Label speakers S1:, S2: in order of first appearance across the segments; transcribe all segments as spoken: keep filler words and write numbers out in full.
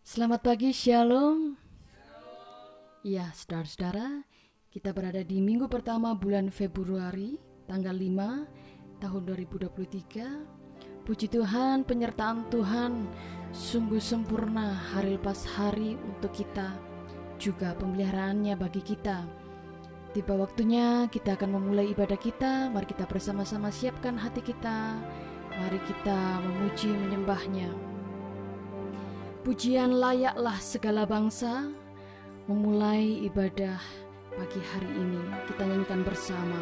S1: Selamat pagi, Shalom. Ya, saudara-saudara, kita berada di minggu pertama bulan Februari, tanggal lima, tahun dua ribu dua puluh tiga. Puji Tuhan, penyertaan Tuhan sungguh sempurna hari lepas hari untuk kita, juga pemeliharaannya bagi kita. Tiba waktunya kita akan memulai ibadah kita. Mari kita bersama-sama siapkan hati kita. Mari kita memuji menyembahnya. Pujian layaklah segala bangsa. Memulai ibadah pagi hari ini, kita nyanyikan bersama.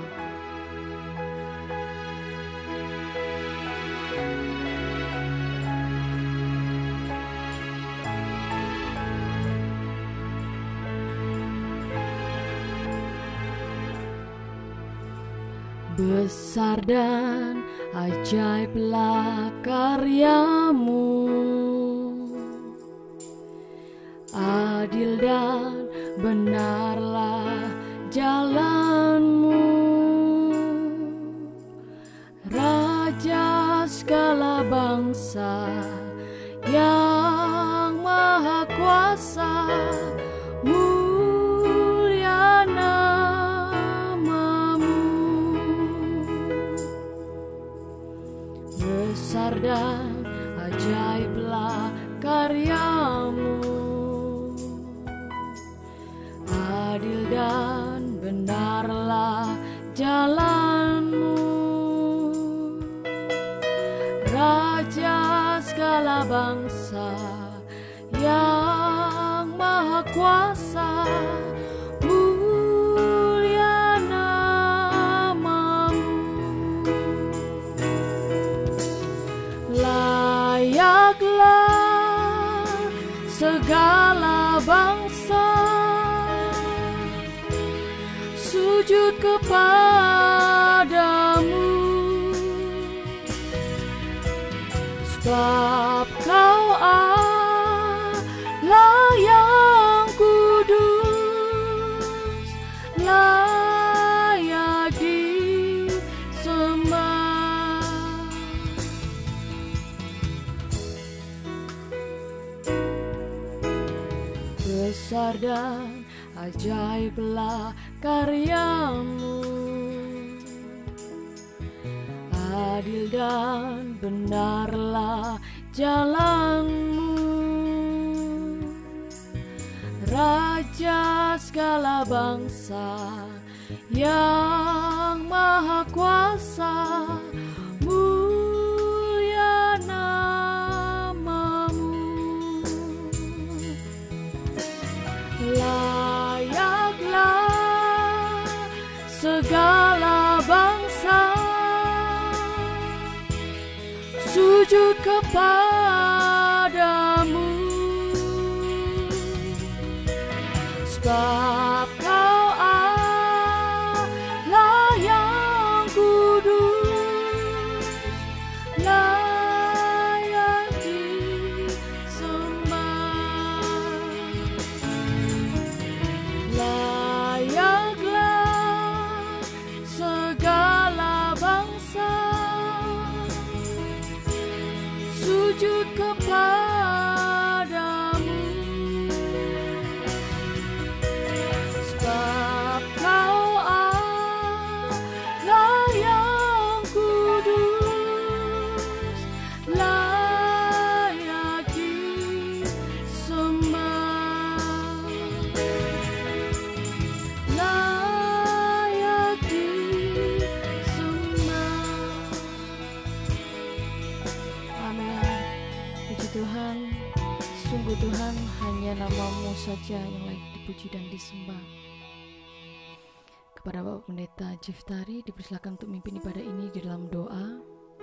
S1: Besar dan ajaiblah karyamu, adil dan benarlah jalanmu, Raja segala bangsa yang maha kuasa, mulia namamu. Besar dan ajaiblah karyamu, adil dan benarlah jalanmu, Raja segala bangsa yang maha kuasa, mulia namamu. Layaklah segala bangsa sujud kepadamu, sebab Kau Allah yang kudus, layak disembah. Besar dan ajaiblah karyamu, adil dan benarlah jalanmu, Raja segala bangsa yang maha kuasa, mulia namamu. Layaklah segala bangsa sujud kepadamu, sebab Kau Allah yang kudus, layak disembah. Layaklah segala bangsa sujud kepadamu, sebab Kau Allah yang kudus, layak disembah, layak disembah. Amin. Puji Tuhan, sungguh Tuhan, hanya nama-Mu saja yang layak dipuji dan disembah. Kepada Bapak Pendeta Jiftari, dipersilakan untuk memimpin ibadah ini di dalam doa.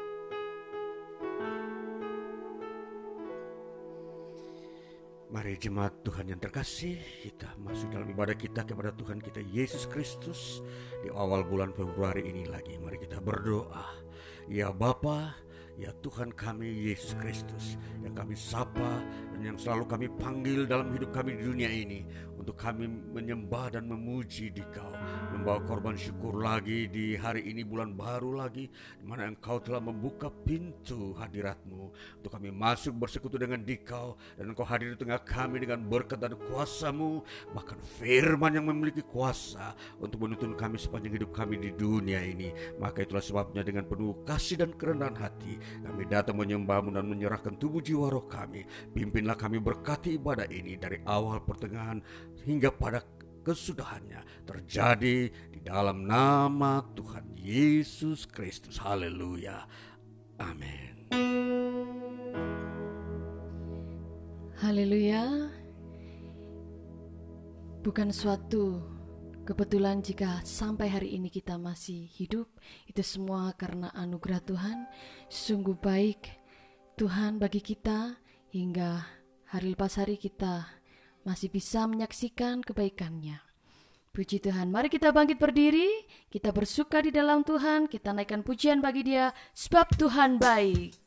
S2: Mari jemaat Tuhan yang terkasih, kita masuk dalam ibadah kita kepada Tuhan kita Yesus Kristus di awal bulan Februari ini lagi. Mari kita berdoa. Ya Bapa, ya Tuhan kami Yesus Kristus, yang kami sapa dan yang selalu kami panggil dalam hidup kami di dunia ini, untuk kami menyembah dan memuji Dikau, membawa korban syukur lagi di hari ini, bulan baru lagi, di mana Engkau telah membuka pintu hadirat-Mu untuk kami masuk bersekutu dengan Dikau, dan Engkau hadir di tengah kami dengan berkat dan kuasa-Mu, bahkan firman yang memiliki kuasa untuk menuntun kami sepanjang hidup kami di dunia ini. Maka itulah sebabnya dengan penuh kasih dan kerendahan hati kami datang menyembah-Mu dan menyerahkan tubuh jiwa roh kami. Pimpinlah kami, berkati ibadah ini dari awal, pertengahan hingga pada kesudahannya, terjadi di dalam nama Tuhan Yesus Kristus. Haleluya. Amin.
S1: Haleluya. Bukan suatu kebetulan jika sampai hari ini kita masih hidup. Itu semua karena anugerah Tuhan. Sungguh baik Tuhan bagi kita, hingga hari lepas hari kita masih bisa menyaksikan kebaikan-Nya. Puji Tuhan. Mari kita bangkit berdiri, kita bersuka di dalam Tuhan, kita naikkan pujian bagi Dia, sebab Tuhan baik.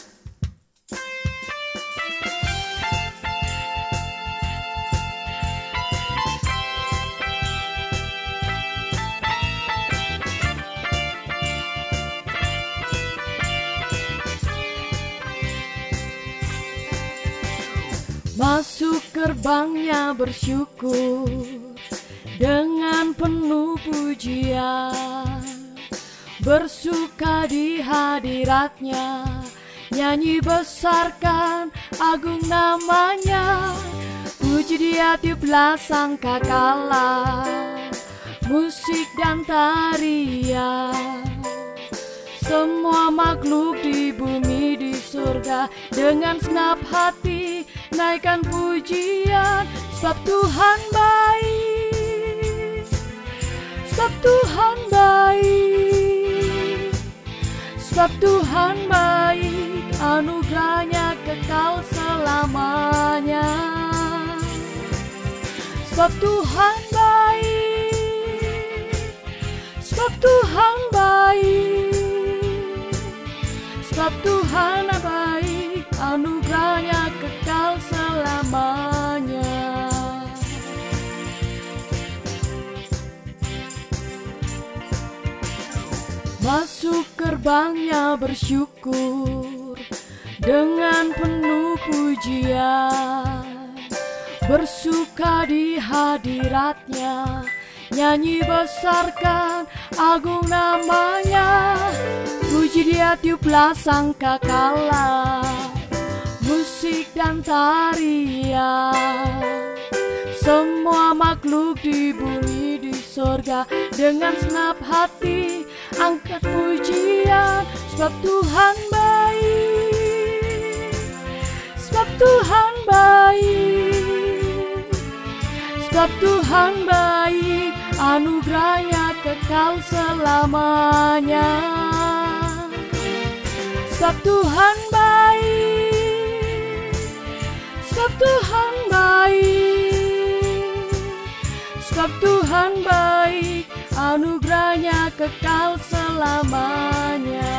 S1: Masuk gerbangnya bersyukur dengan penuh pujian, bersuka di hadiratnya, nyanyi besarkan agung namanya, puji Dia tiuplah sangkakala, musik dan tarian. Semua makhluk di bumi di surga dengan senap hati naikkan pujian, sebab Tuhan baik, sebab Tuhan baik, sebab Tuhan baik, anugerahnya kekal selamanya. Sebab Tuhan baik, sebab Tuhan baik, sebab Tuhan baik, anugerahnya kekal selamanya. Masuk gerbangnya bersyukur dengan penuh pujian, bersuka di hadiratnya, nyanyi besarkan agung namanya, puji Dia tiuplah sangkakala, musik dan tarian. Semua makhluk di bumi di surga dengan senap hati angkat pujian, sebab Tuhan baik, sebab Tuhan baik, sebab Tuhan baik, anugerahnya kekal selamanya. Sebab Tuhan baik, sebab Tuhan baik, sebab Tuhan baik, anugerahnya kekal selamanya.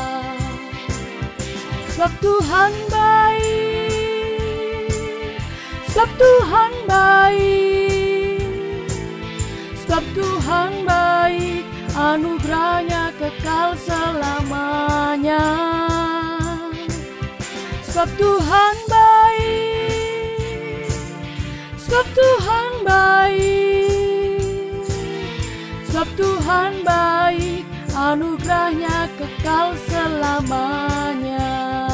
S1: Sebab Tuhan baik, sebab Tuhan baik, sebab Tuhan baik, anugerahnya kekal selamanya. Sebab Tuhan baik, sebab Tuhan baik, sebab Tuhan baik, anugerahnya kekal selamanya.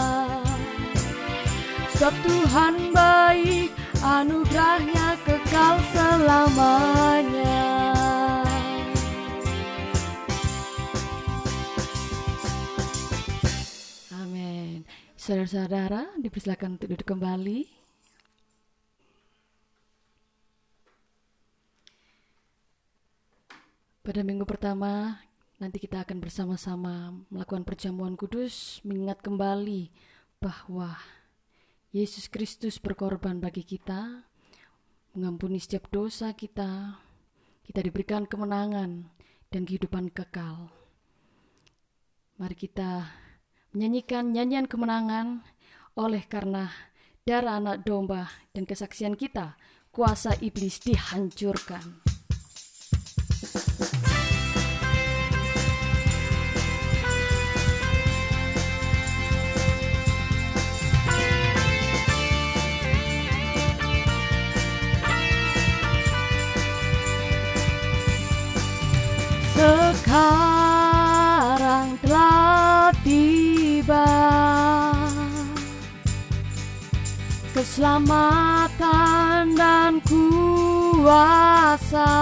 S1: Sebab Tuhan baik, anugerahnya kekal selamanya. Amin. Saudara-saudara, dipersilakan untuk duduk kembali. Pada minggu pertama, nanti kita akan bersama-sama melakukan perjamuan kudus, mengingat kembali bahwa Yesus Kristus berkorban bagi kita, mengampuni setiap dosa kita, kita diberikan kemenangan dan kehidupan kekal. Mari kita menyanyikan nyanyian kemenangan oleh karena darah anak domba dan kesaksian kita. kuasa iblis dihancurkan. Sekarang telah tiba keselamatan dan kuasa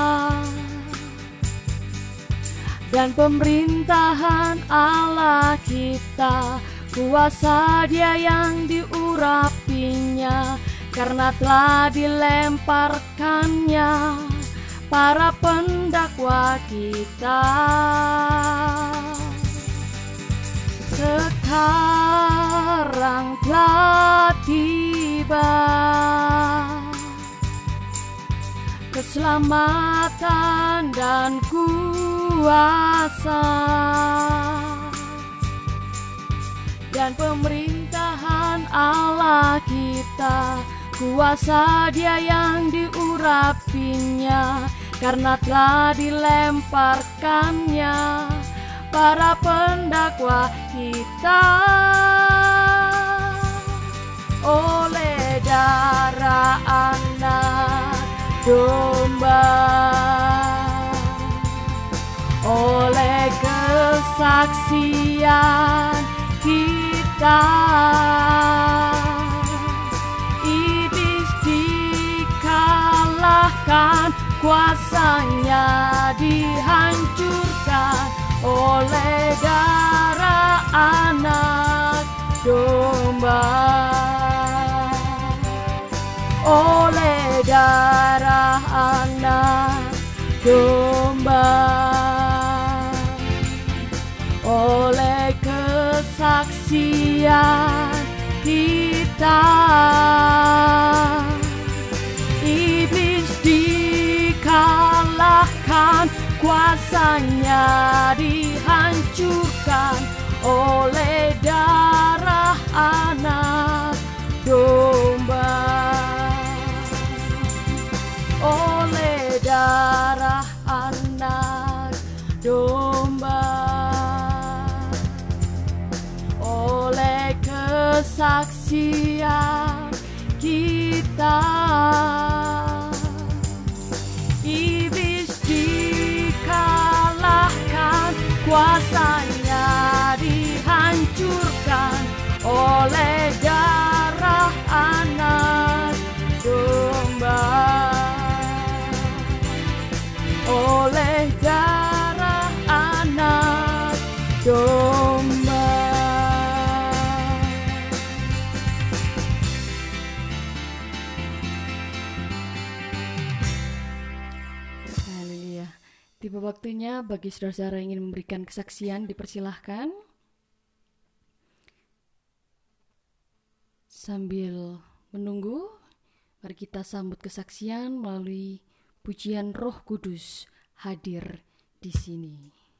S1: dan pemerintahan Allah kita, kuasa Dia yang diurapinya, karena telah dilemparkannya para pendakwa kita. Sekarang telah tiba keselamatan dan kuasa dan pemerintahan Allah kita, kuasa Dia yang diurapinya, karena telah dilemparkannya para pendakwa kita. Oleh darah anak domba, oleh kesaksian kita, iblis dikalahkan, kuasanya dihancurkan oleh darah anak domba. Oleh darah anak domba, oleh kesaksian kita, iblis dikalahkan, kuasanya dihancurkan oleh darah anak domba. Oleh darah anak domba, oleh kesaksian kita, iblis dikalahkan, kuasanya dihancurkan oleh darah anak domba. Oleh darah anak domba. Haleluya. Tiba waktunya bagi saudara-saudara yang ingin memberikan kesaksian, dipersilahkan. Sambil menunggu, mari kita sambut kesaksian melalui pujian Roh Kudus hadir di sini.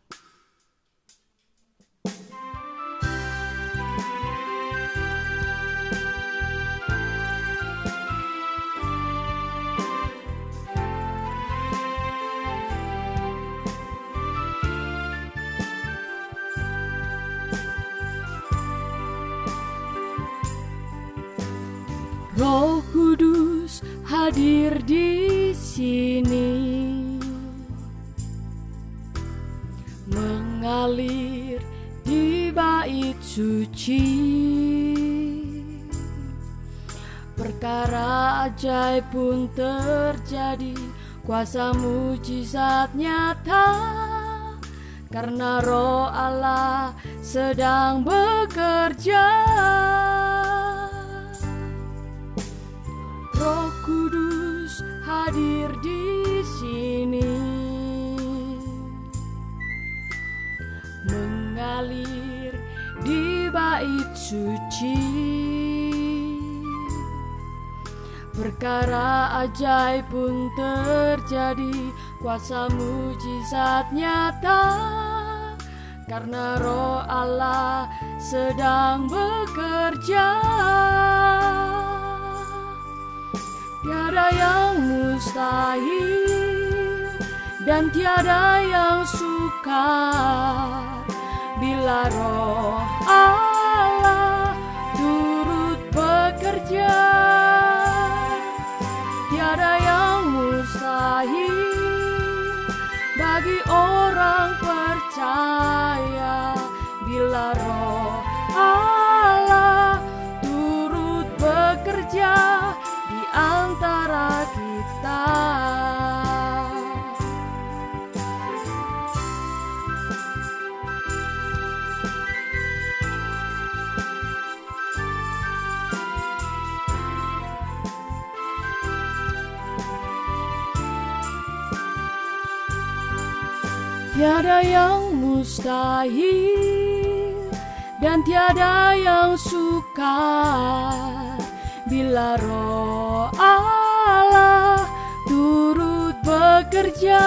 S1: Roh Kudus hadir di sini, mengalir di bait suci. Perkara ajaib pun terjadi, kuasa mujizat nyata, karena Roh Allah sedang bekerja. Roh Kudus hadir di sini, mengalir di bait suci. Perkara ajaib pun terjadi, kuasa mujizat nyata, karena Roh Allah sedang bekerja. Tiada yang mustahil dan tiada yang sukar bila Roh Allah turut bekerja. Tiada yang mustahil bagi orang percaya bila Roh Allah turut bekerja di antara kita. Tiada yang mustahil dan tiada yang sukar bila Roh Allah turut bekerja.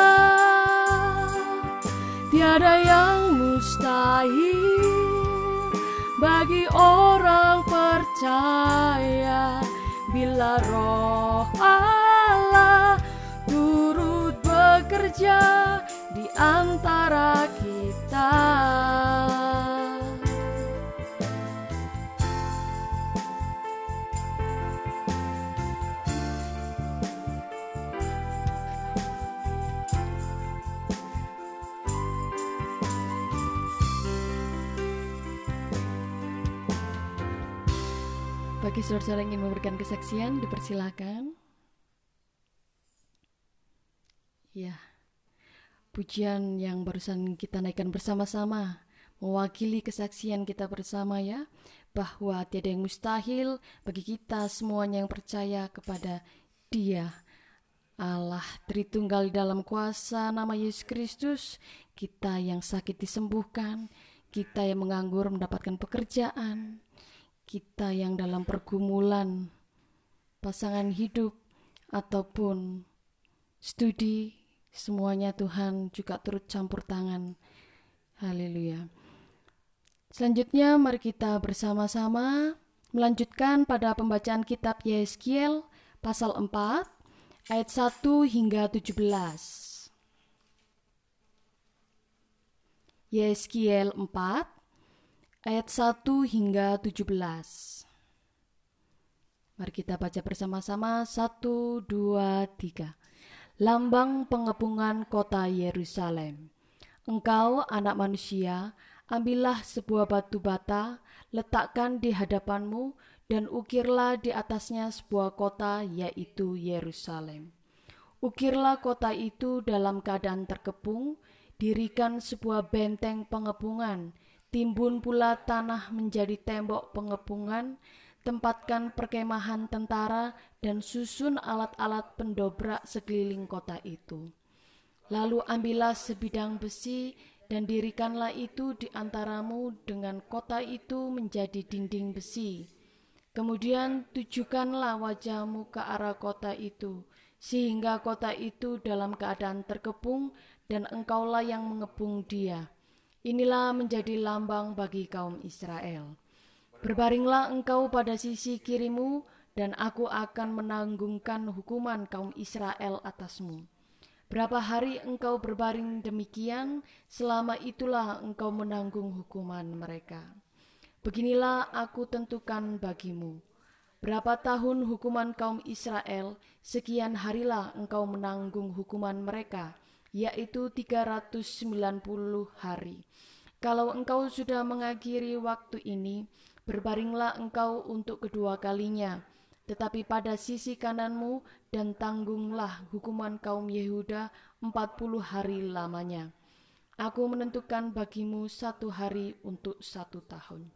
S1: Tiada yang mustahil bagi orang percaya bila Roh Allah turut bekerja di antara kita. Bagi saudara-saudara yang ingin memberikan kesaksian, dipersilakan. Ya, pujian yang barusan kita naikkan bersama-sama mewakili kesaksian kita bersama ya, bahwa tiada yang mustahil bagi kita semuanya yang percaya kepada Dia, Allah Tritunggal di dalam kuasa nama Yesus Kristus. Kita yang sakit disembuhkan, kita yang menganggur mendapatkan pekerjaan, kita yang dalam pergumulan pasangan hidup ataupun studi, semuanya Tuhan juga turut campur tangan. Haleluya. Selanjutnya mari kita bersama-sama melanjutkan pada pembacaan kitab Yeskiel pasal empat ayat satu hingga tujuh belas. Yeskiel empat ayat satu hingga tujuh belas. Mari kita baca bersama-sama. Satu, dua, tiga. Lambang pengepungan kota Yerusalem. Engkau, anak manusia, ambillah sebuah batu bata, letakkan di hadapanmu, dan ukirlah di atasnya sebuah kota, yaitu Yerusalem. Ukirlah kota itu dalam keadaan terkepung, dirikan sebuah benteng pengepungan, timbun pula tanah menjadi tembok pengepungan, tempatkan perkemahan tentara dan susun alat-alat pendobrak sekeliling kota itu. Lalu ambillah sebidang besi dan dirikanlah itu di antaramu dengan kota itu menjadi dinding besi. Kemudian tujukanlah wajahmu ke arah kota itu, sehingga kota itu dalam keadaan terkepung dan engkaulah yang mengepung dia. Inilah menjadi lambang bagi kaum Israel. Berbaringlah engkau pada sisi kirimu, dan aku akan menanggungkan hukuman kaum Israel atasmu. Berapa hari engkau berbaring demikian, selama itulah engkau menanggung hukuman mereka. Beginilah aku tentukan bagimu. Berapa tahun hukuman kaum Israel, sekian harilah engkau menanggung hukuman mereka, yaitu tiga ratus sembilan puluh hari. Kalau engkau sudah mengakhiri waktu ini, berbaringlah engkau untuk kedua kalinya, tetapi pada sisi kananmu, dan tanggunglah hukuman kaum Yehuda empat puluh hari lamanya. Aku menentukan bagimu satu hari untuk satu tahun.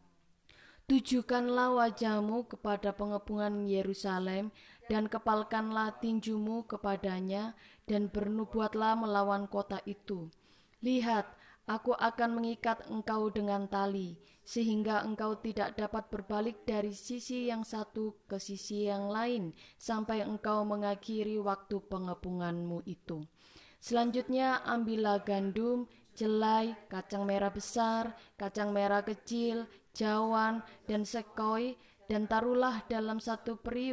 S1: Tujukanlah wajahmu kepada pengepungan Yerusalem, dan kepalkanlah tinjumu kepadanya, dan bernubuatlah melawan kota itu. Lihat, aku akan mengikat engkau dengan tali, sehingga engkau tidak dapat berbalik dari sisi yang satu ke sisi yang lain, sampai engkau mengakhiri waktu pengepunganmu itu. Selanjutnya ambillah gandum, jelai, kacang merah besar, kacang merah kecil, jawan, dan sekoi, dan taruhlah dalam satu periuk,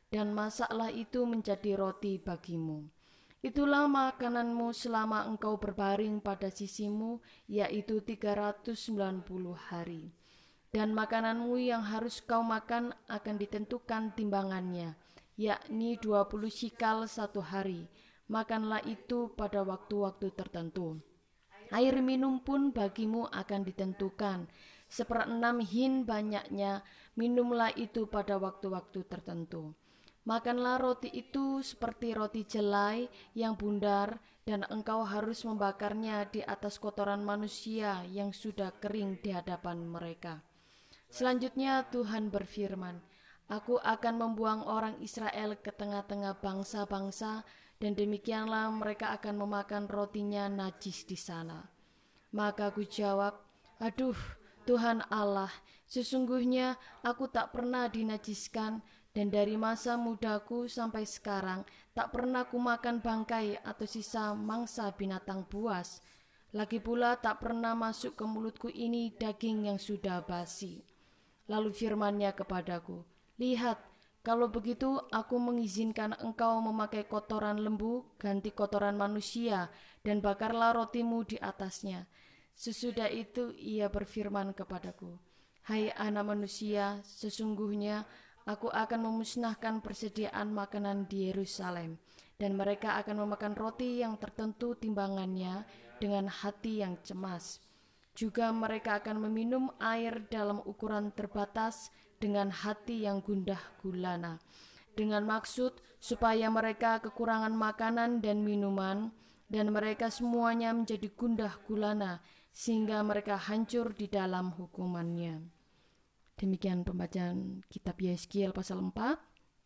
S1: dan masaklah itu menjadi roti bagimu. Itulah makananmu selama engkau berbaring pada sisimu, yaitu tiga ratus sembilan puluh hari. Dan makananmu yang harus kau makan akan ditentukan timbangannya, yakni dua puluh shikal satu hari. Makanlah itu pada waktu-waktu tertentu. Air minum pun bagimu akan ditentukan, seperenam hin banyaknya, minumlah itu pada waktu-waktu tertentu. Makanlah roti itu seperti roti jelai yang bundar, dan engkau harus membakarnya di atas kotoran manusia yang sudah kering di hadapan mereka. Selanjutnya Tuhan berfirman, Aku akan membuang orang Israel ke tengah-tengah bangsa-bangsa, dan demikianlah mereka akan memakan rotinya najis di sana. Maka aku jawab, Aduh, Tuhan Allah, sesungguhnya aku tak pernah dinajiskan, dan dari masa mudaku sampai sekarang tak pernah kumakan bangkai atau sisa mangsa binatang buas. Lagi pula tak pernah masuk ke mulutku ini daging yang sudah basi. Lalu firman-Nya kepadaku, Lihat, kalau begitu aku mengizinkan engkau memakai kotoran lembu ganti kotoran manusia, dan bakarlah rotimu di atasnya. Sesudah itu ia berfirman kepadaku, Hai anak manusia, sesungguhnya aku akan memusnahkan persediaan makanan di Yerusalem, dan mereka akan memakan roti yang tertentu timbangannya dengan hati yang cemas. Juga mereka akan meminum air dalam ukuran terbatas dengan hati yang gundah gulana, dengan maksud supaya mereka kekurangan makanan dan minuman, dan mereka semuanya menjadi gundah gulana, sehingga mereka hancur di dalam hukumannya. Demikian pembacaan kitab Yeskiel pasal empat.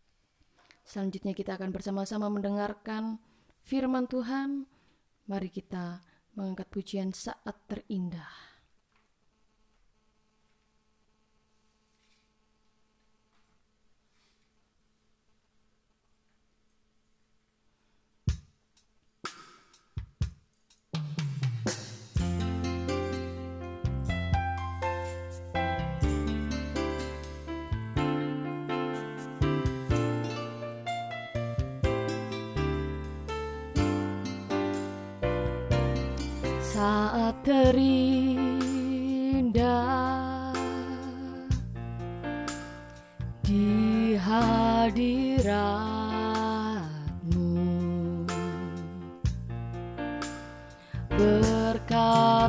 S1: Selanjutnya kita akan bersama-sama mendengarkan firman Tuhan. Mari kita mengangkat pujian saat terindah. Saat terindah di hadirat-Mu, berkat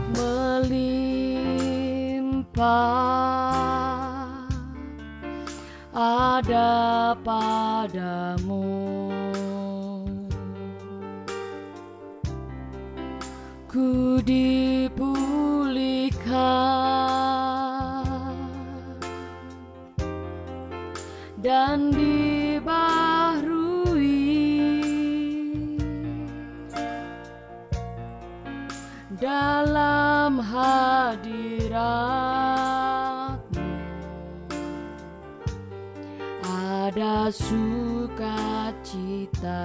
S1: melimpah ada padamu. Ku dipulihkan dan dibaharui dalam hadirat-Mu. Ada sukacita.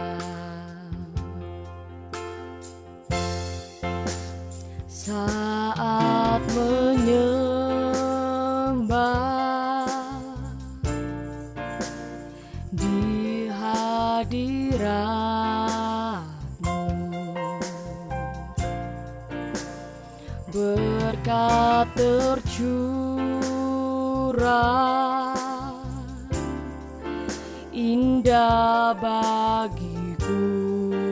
S1: Saat menyembah di hadirat-Mu, berkat tercurah indah bagiku.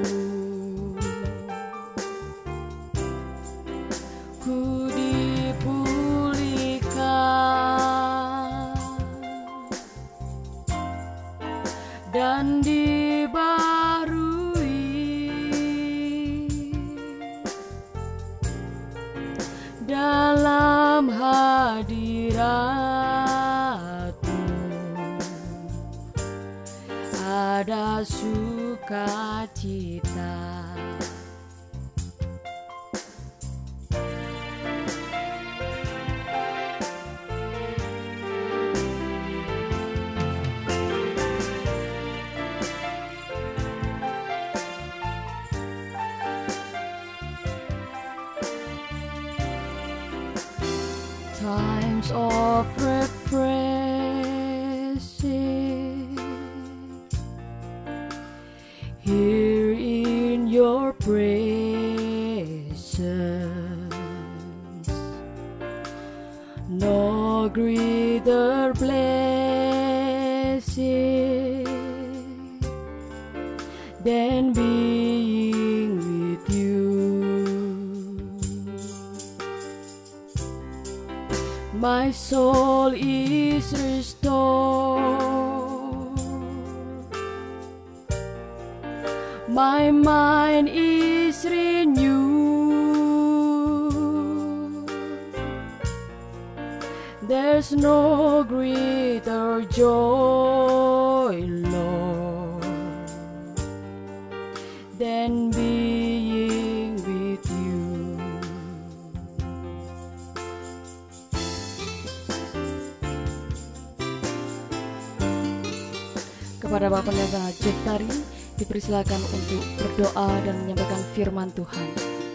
S1: Ku dipulihkan dan dibaharui dalam hadirat-Mu. Ada sukacita. Times of refreshing here in your presence. No greater blessing than being with you. My soul is restored, my mind is renewed. There's no greater joy, Lord, than being with you. Kepada Bapak Pendeta Jeff Tari dipersilakan untuk berdoa dan menyampaikan firman Tuhan.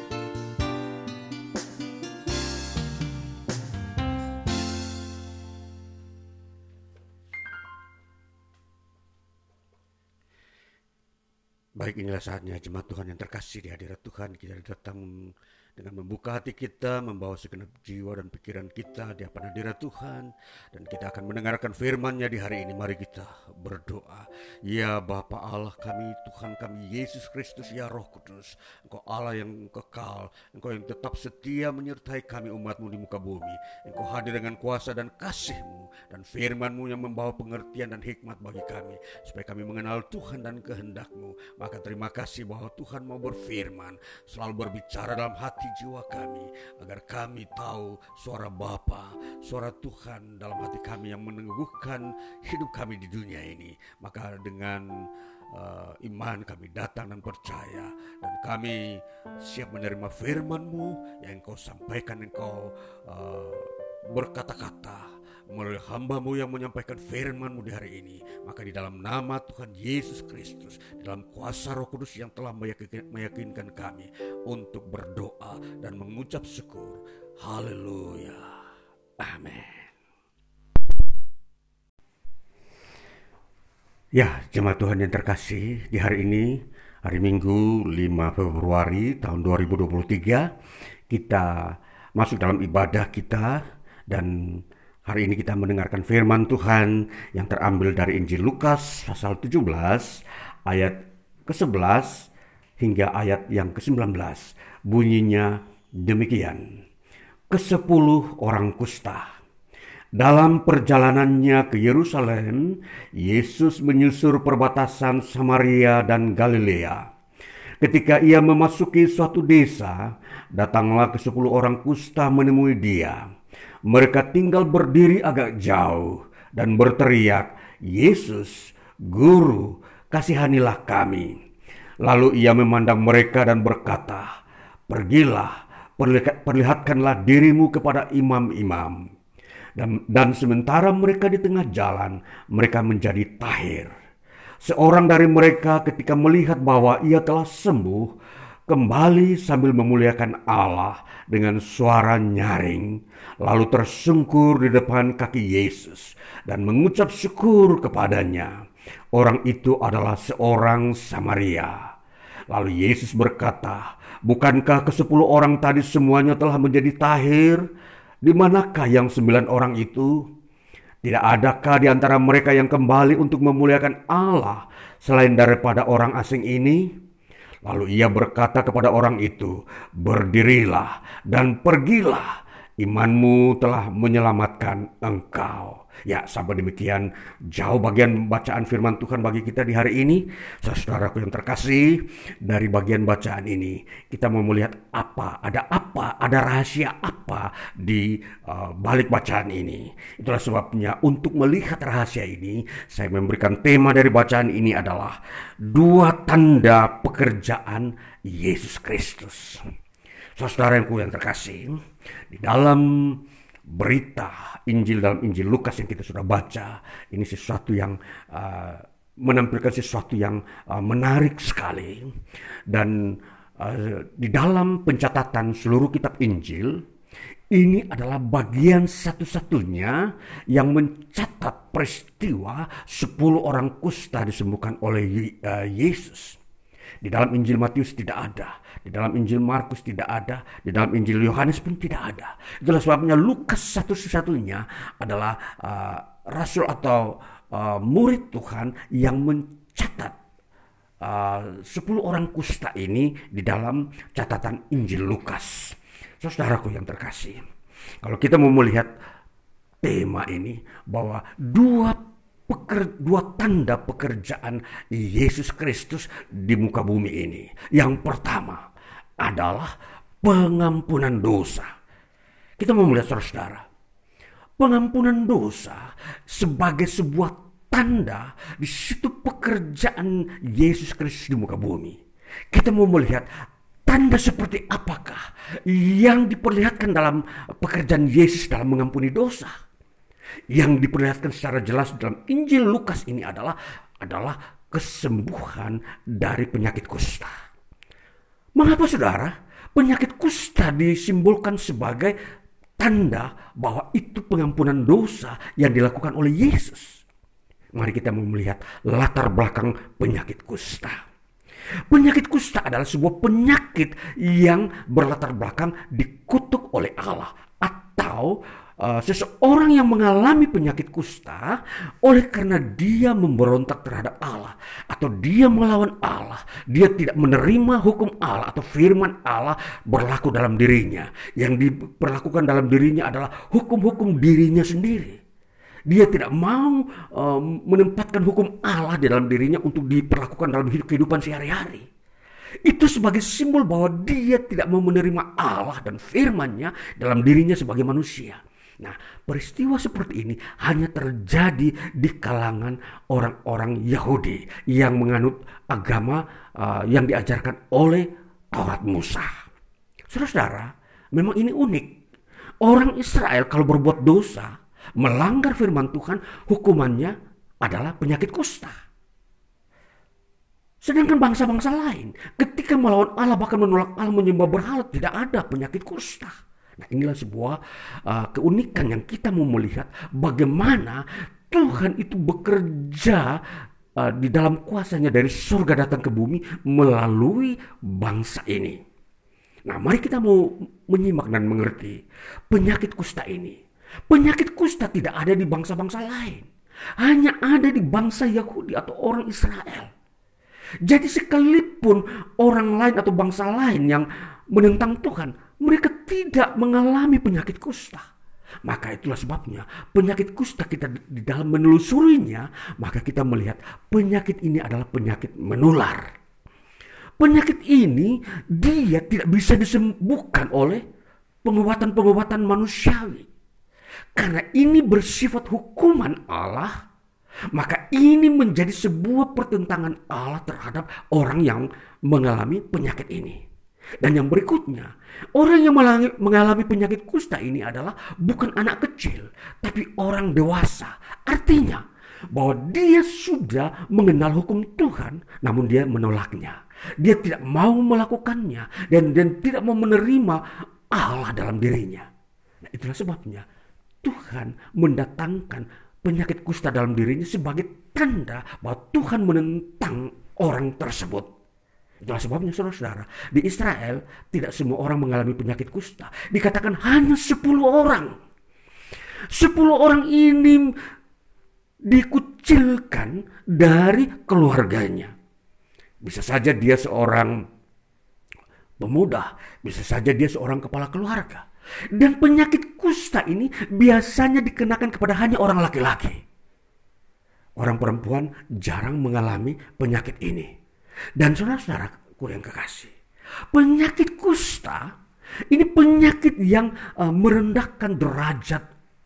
S2: Baik, inilah saatnya jemaat Tuhan yang terkasih di hadirat Tuhan. Kita datang dengan membuka hati kita, membawa segenap jiwa dan pikiran kita di hadapan hadirat Tuhan. Dan kita akan mendengarkan firman-Nya di hari ini. Mari kita berdoa. Ya Bapa Allah kami, Tuhan kami Yesus Kristus, ya Roh Kudus, Engkau Allah yang kekal, Engkau yang tetap setia menyertai kami umat-Mu di muka bumi. Engkau hadir dengan kuasa dan kasih-Mu dan firman-Mu yang membawa pengertian dan hikmat bagi kami, supaya kami mengenal Tuhan dan kehendak-Mu. Maka terima kasih bahwa Tuhan mau berfirman, selalu berbicara dalam hati jiwa kami, agar kami tahu suara Bapa, suara Tuhan dalam hati kami yang meneguhkan hidup kami di dunia ini. Maka dengan uh, iman kami datang dan percaya, dan kami siap menerima firman-Mu yang Engkau sampaikan. Engkau uh, berkata-kata melalui hamba-Mu yang menyampaikan firman-Mu di hari ini. Maka di dalam nama Tuhan Yesus Kristus, dalam kuasa Roh Kudus yang telah meyakinkan, meyakinkan kami untuk berdoa dan mengucap syukur. Haleluya. Amin. Ya, jemaat Tuhan yang terkasih, di hari ini, hari Minggu lima Februari tahun dua ribu dua puluh tiga, kita masuk dalam ibadah kita, dan hari ini kita mendengarkan firman Tuhan yang terambil dari Injil Lukas pasal tujuh belas ayat ke sebelas hingga ayat yang ke sembilan belas. Bunyinya demikian. Kesepuluh orang kusta. Dalam perjalanannya ke Yerusalem, Yesus menyusur perbatasan Samaria dan Galilea. Ketika ia memasuki suatu desa, datanglah kesepuluh orang kusta menemui dia. Mereka tinggal berdiri agak jauh dan berteriak, "Yesus, Guru, kasihanilah kami." Lalu ia memandang mereka dan berkata, "Pergilah, perlihatkanlah dirimu kepada imam-imam." Dan, dan sementara mereka di tengah jalan, mereka menjadi tahir. Seorang dari mereka ketika melihat bahwa ia telah sembuh, kembali sambil memuliakan Allah dengan suara nyaring, lalu tersungkur di depan kaki Yesus dan mengucap syukur kepadanya. Orang itu adalah seorang Samaria. Lalu Yesus berkata, "Bukankah kesepuluh orang tadi semuanya telah menjadi tahir? Di manakah yang sembilan orang itu? Tidak adakah di antara mereka yang kembali untuk memuliakan Allah selain daripada orang asing ini?" Lalu ia berkata kepada orang itu, "Berdirilah dan pergilah, imanmu telah menyelamatkan engkau." Ya, sampai demikian jauh bagian bacaan firman Tuhan bagi kita di hari ini. Saudaraku yang terkasih, dari bagian bacaan ini kita mau melihat apa, ada apa, ada rahasia apa di uh, balik bacaan ini. Itulah sebabnya untuk melihat rahasia ini, saya memberikan tema dari bacaan ini adalah dua tanda pekerjaan Yesus Kristus. Saudaraku yang terkasih, di dalam berita Injil, dalam Injil Lukas yang kita sudah baca, ini sesuatu yang uh, menampilkan sesuatu yang uh, menarik sekali. Dan uh, di dalam pencatatan seluruh kitab Injil, ini adalah bagian satu-satunya yang mencatat peristiwa sepuluh orang kusta disembuhkan oleh uh, Yesus. Di dalam Injil Matius tidak ada, di dalam Injil Markus tidak ada, di dalam Injil Yohanes pun tidak ada. Itulah sebabnya Lukas satu-satunya adalah uh, rasul atau uh, murid Tuhan yang mencatat uh, sepuluh orang kusta ini di dalam catatan Injil Lukas. Saudaraku yang terkasih, kalau kita mau melihat tema ini bahwa dua Peker, dua tanda pekerjaan Yesus Kristus di muka bumi ini. Yang pertama adalah pengampunan dosa. Kita mau melihat saudara, pengampunan dosa sebagai sebuah tanda di situ pekerjaan Yesus Kristus di muka bumi. Kita mau melihat tanda seperti apakah yang diperlihatkan dalam pekerjaan Yesus dalam mengampuni dosa. Yang diperlihatkan secara jelas dalam Injil Lukas ini adalah adalah kesembuhan dari penyakit kusta. Mengapa saudara? Penyakit kusta disimbolkan sebagai tanda bahwa itu pengampunan dosa yang dilakukan oleh Yesus. Mari kita mau melihat latar belakang penyakit kusta. Penyakit kusta adalah sebuah penyakit yang berlatar belakang dikutuk oleh Allah, atau Uh, seseorang yang mengalami penyakit kusta oleh karena dia memberontak terhadap Allah, atau dia melawan Allah, dia tidak menerima hukum Allah atau firman Allah berlaku dalam dirinya. Yang diperlakukan dalam dirinya adalah hukum-hukum dirinya sendiri. Dia tidak mau uh, menempatkan hukum Allah di dalam dirinya untuk diperlakukan dalam hidup kehidupan sehari-hari. Itu sebagai simbol bahwa dia tidak mau menerima Allah dan firman-Nya dalam dirinya sebagai manusia. Nah, peristiwa seperti ini hanya terjadi di kalangan orang-orang Yahudi yang menganut agama uh, yang diajarkan oleh Taurat Musa. Saudara-saudara, memang ini unik. Orang Israel kalau berbuat dosa, melanggar firman Tuhan, hukumannya adalah penyakit kusta. Sedangkan bangsa-bangsa lain ketika melawan Allah, bahkan menolak Allah, menyembah berhala, tidak ada penyakit kusta. Nah, inilah sebuah uh, keunikan yang kita mau melihat bagaimana Tuhan itu bekerja uh, di dalam kuasanya dari surga datang ke bumi melalui bangsa ini. Nah, mari kita mau menyimak dan mengerti penyakit kusta ini. Penyakit kusta tidak ada di bangsa-bangsa lain, hanya ada di bangsa Yahudi atau orang Israel. Jadi sekalipun orang lain atau bangsa lain yang menentang Tuhan, mereka tidak mengalami penyakit kusta. Maka itulah sebabnya penyakit kusta kita di dalam menelusurinya, maka kita melihat penyakit ini adalah penyakit menular. Penyakit ini dia tidak bisa disembuhkan oleh pengobatan-pengobatan manusiawi. Karena ini bersifat hukuman Allah, maka ini menjadi sebuah pertentangan Allah terhadap orang yang mengalami penyakit ini. Dan yang berikutnya, orang yang mengalami penyakit kusta ini adalah bukan anak kecil, tapi orang dewasa. Artinya bahwa dia sudah mengenal hukum Tuhan, namun dia menolaknya. Dia tidak mau melakukannya dan, dan tidak mau menerima Allah dalam dirinya. Nah, itulah sebabnya Tuhan mendatangkan penyakit kusta dalam dirinya sebagai tanda bahwa Tuhan menentang orang tersebut. Itulah sebabnya saudara-saudara, di Israel tidak semua orang mengalami penyakit kusta. Dikatakan hanya sepuluh orang. Sepuluh orang ini dikucilkan dari keluarganya. Bisa saja dia seorang pemuda, bisa saja dia seorang kepala keluarga. Dan penyakit kusta ini biasanya dikenakan kepada hanya orang laki-laki. Orang perempuan jarang mengalami penyakit ini. Dan saudara-saudaraku yang kekasih, penyakit kusta ini penyakit yang uh, merendahkan derajat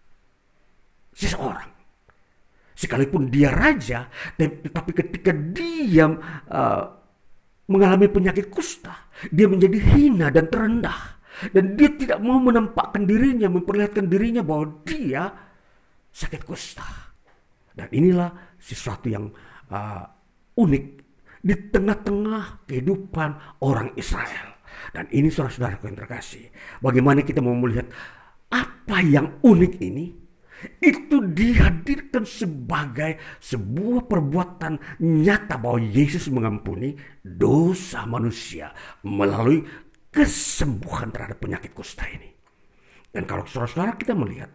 S2: seseorang. Sekalipun dia raja, tetapi ketika dia uh, mengalami penyakit kusta, dia menjadi hina dan terendah. Dan dia tidak mau menampakkan dirinya, memperlihatkan dirinya bahwa dia sakit kusta. Dan inilah sesuatu yang uh, unik di tengah-tengah kehidupan orang Israel. Dan ini saudara-saudaraku yang terkasih, bagaimana kita mau melihat apa yang unik ini. itu dihadirkan sebagai sebuah perbuatan nyata bahwa Yesus mengampuni dosa manusia melalui kesembuhan terhadap penyakit kusta ini. Dan kalau saudara-saudara kita melihat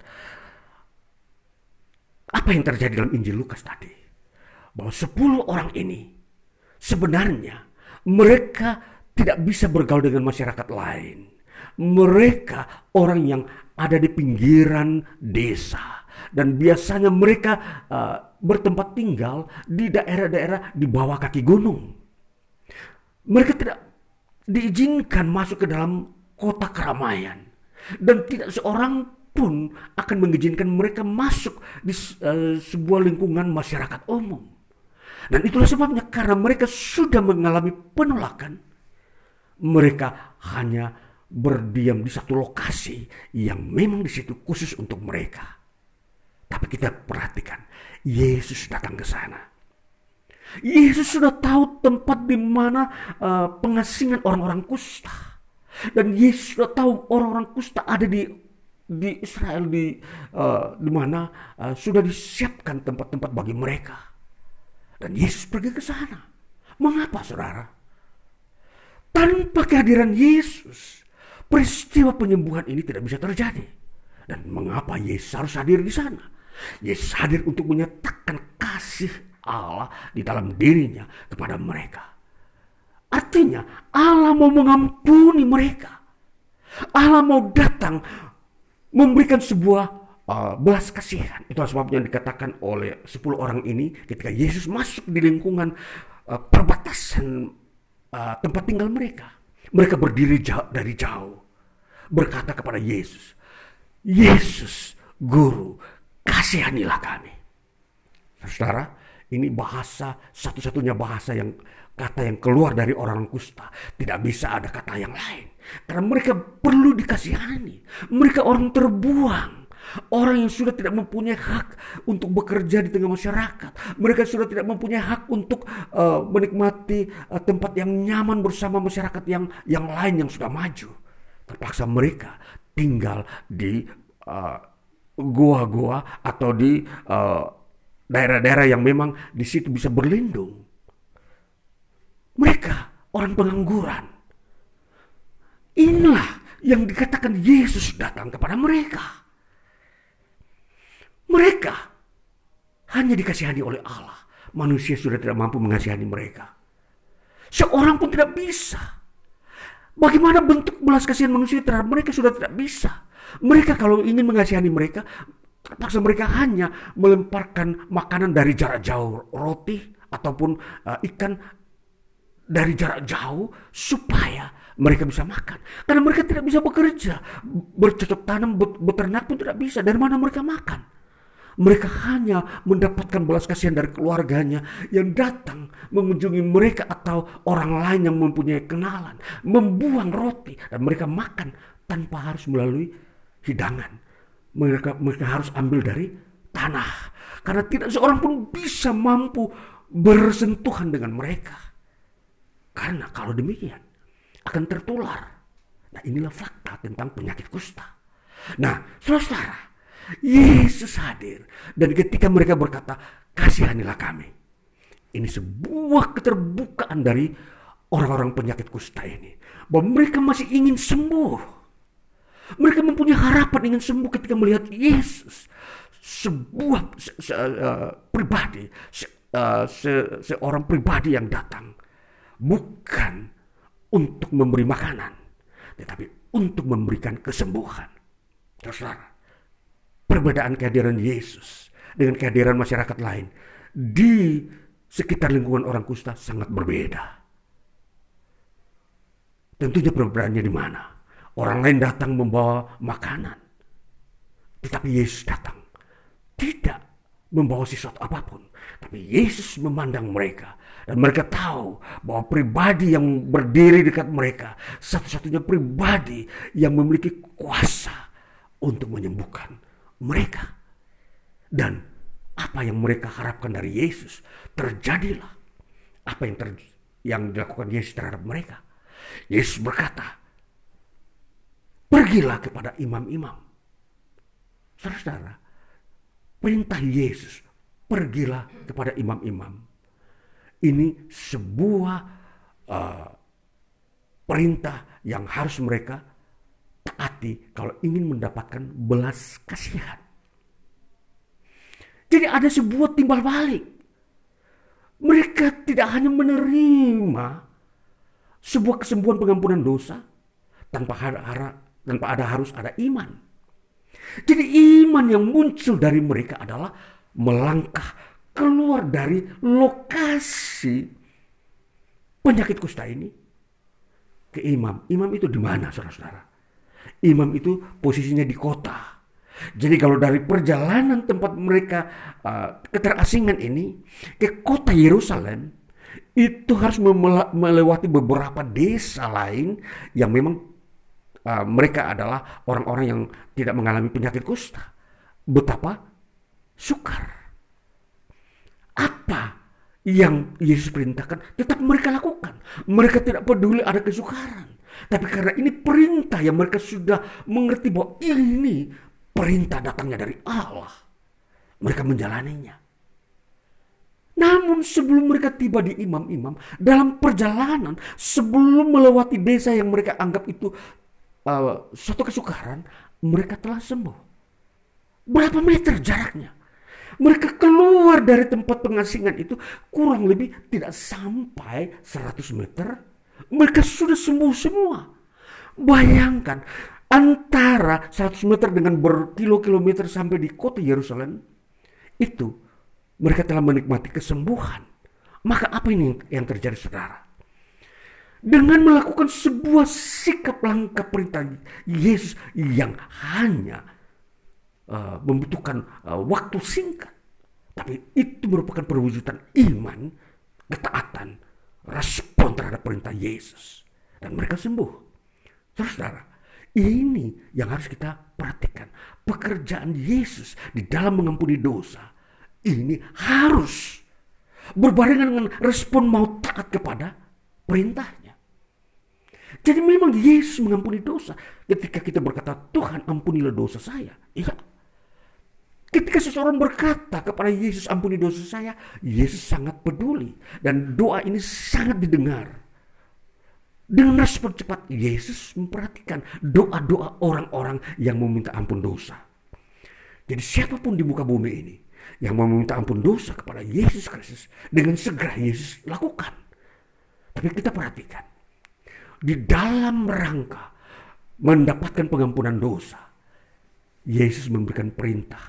S2: apa yang terjadi dalam Injil Lukas tadi, bahwa sepuluh orang ini sebenarnya mereka tidak bisa bergaul dengan masyarakat lain. Mereka orang yang ada di pinggiran desa, dan biasanya mereka uh, bertempat tinggal di daerah-daerah di bawah kaki gunung. Mereka tidak diizinkan masuk ke dalam kota keramaian, dan tidak seorang pun akan mengizinkan mereka masuk di uh, sebuah lingkungan masyarakat umum. Dan itulah sebabnya, karena mereka sudah mengalami penolakan, mereka hanya berdiam di satu lokasi yang memang di situ khusus untuk mereka. Tapi kita perhatikan, Yesus datang ke sana. Yesus sudah tahu tempat di mana uh, pengasingan orang-orang kusta, dan Yesus sudah tahu orang-orang kusta ada di di Israel, di uh, di mana uh, sudah disiapkan tempat-tempat bagi mereka. Dan Yesus pergi ke sana. Mengapa, saudara? Tanpa kehadiran Yesus, peristiwa penyembuhan ini tidak bisa terjadi. Dan mengapa Yesus harus hadir di sana? Yesus hadir untuk menyatakan kasih Allah di dalam dirinya kepada mereka. Artinya Allah mau mengampuni mereka. Allah mau datang memberikan sebuah uh, belas kasihan. Itulah sebabnya dikatakan oleh sepuluh orang ini ketika Yesus masuk di lingkungan uh, perbatasan uh, tempat tinggal mereka. Mereka berdiri jauh, dari jauh, berkata kepada Yesus, "Yesus, Guru, kasihanilah kami." Saudara, ini bahasa, satu-satunya bahasa yang kata yang keluar dari orang kusta. Tidak bisa ada kata yang lain. Karena mereka perlu dikasihani. Mereka orang terbuang. Orang yang sudah tidak mempunyai hak untuk bekerja di tengah masyarakat. Mereka sudah tidak mempunyai hak untuk uh, menikmati uh, tempat yang nyaman bersama masyarakat yang yang lain yang sudah maju. Terpaksa mereka tinggal di uh, gua-gua atau di uh, daerah-daerah yang memang di situ bisa berlindung. Mereka orang pengangguran. Inilah yang dikatakan Yesus datang kepada mereka. Mereka hanya dikasihani oleh Allah. Manusia sudah tidak mampu mengasihani mereka. Seorang pun tidak bisa. Bagaimana bentuk belas kasihan manusia terhadap mereka sudah tidak bisa. Mereka kalau ingin mengasihani mereka, terpaksa mereka hanya melemparkan makanan dari jarak jauh, roti ataupun uh, ikan dari jarak jauh supaya mereka bisa makan. Karena mereka tidak bisa bekerja, bercocok tanam, beternak pun tidak bisa. Dari mana mereka makan? Mereka hanya mendapatkan belas kasihan dari keluarganya yang datang mengunjungi mereka atau orang lain yang mempunyai kenalan, membuang roti dan mereka makan tanpa harus melalui hidangan. Mereka, mereka harus ambil dari tanah karena tidak seorang pun bisa mampu bersentuhan dengan mereka. Karena kalau demikian akan tertular. Nah, inilah fakta tentang penyakit kusta. Nah, saudara, Yesus hadir dan ketika mereka berkata, "Kasihanilah kami." Ini sebuah keterbukaan dari orang-orang penyakit kusta ini, bahwa mereka masih ingin sembuh. Mereka mempunyai harapan ingin sembuh ketika melihat Yesus, sebuah se, se, uh, pribadi, se, uh, se, seorang pribadi yang datang bukan untuk memberi makanan, tetapi untuk memberikan kesembuhan. Saudara, perbedaan kehadiran Yesus dengan kehadiran masyarakat lain di sekitar lingkungan orang kusta sangat berbeda. Tentunya perbedaannya di mana? Orang lain datang membawa makanan, tetapi Yesus datang tidak membawa sesuatu apapun. Tapi Yesus memandang mereka dan mereka tahu bahwa pribadi yang berdiri dekat mereka satu-satunya pribadi yang memiliki kuasa untuk menyembuhkan mereka. Dan apa yang mereka harapkan dari Yesus terjadilah. Apa yang ter, yang dilakukan Yesus terhadap mereka. Yesus berkata, "Pergilah kepada imam-imam." Saudara-saudara, perintah Yesus, pergilah kepada imam-imam. Ini sebuah uh, perintah yang harus mereka taati kalau ingin mendapatkan belas kasihan. Jadi ada sebuah timbal balik. Mereka tidak hanya menerima sebuah kesembuhan pengampunan dosa tanpa ada, tanpa ada harus ada iman. Jadi iman yang muncul dari mereka adalah melangkah keluar dari lokasi penyakit kusta ini ke imam. Imam itu di mana, saudara-saudara? Imam itu posisinya di kota. Jadi kalau dari perjalanan tempat mereka uh, keterasingan ini ke kota Yerusalem, itu harus melewati beberapa desa lain yang memang uh, mereka adalah orang-orang yang tidak mengalami penyakit kusta. Betapa sukar. Apa yang Yesus perintahkan tetap mereka lakukan. Mereka tidak peduli ada kesukaran. Tapi karena ini perintah yang mereka sudah mengerti bahwa ini perintah datangnya dari Allah, mereka menjalaninya. Namun sebelum mereka tiba di imam-imam, dalam perjalanan sebelum melewati desa yang mereka anggap itu uh, suatu kesukaran, mereka telah sembuh. Berapa meter jaraknya? Mereka keluar dari tempat pengasingan itu kurang lebih tidak sampai seratus meter. Mereka sudah sembuh semua. Bayangkan, antara seratus meter dengan berkilo-kilometer sampai di kota Yerusalem, itu mereka telah menikmati kesembuhan. Maka apa ini yang terjadi, saudara? Dengan melakukan sebuah sikap langkah perintah Yesus yang hanya uh, membutuhkan uh, waktu singkat, tapi itu merupakan perwujudan iman, ketaatan, respon terhadap perintah Yesus, dan mereka sembuh. Saudara, ini yang harus kita perhatikan. Pekerjaan Yesus di dalam mengampuni dosa ini harus berbarengan dengan respon mau taat kepada perintahnya. Jadi memang Yesus mengampuni dosa. Ketika kita berkata, Tuhan ampunilah dosa saya. Iya. Ketika seseorang berkata kepada Yesus, ampuni dosa saya, Yesus sangat peduli. Dan doa ini sangat didengar. Dengan respon cepat, Yesus memperhatikan doa-doa orang-orang yang meminta ampun dosa. Jadi siapapun di muka bumi ini yang mau meminta ampun dosa kepada Yesus Kristus, dengan segera Yesus lakukan. Tapi kita perhatikan, di dalam rangka mendapatkan pengampunan dosa, Yesus memberikan perintah.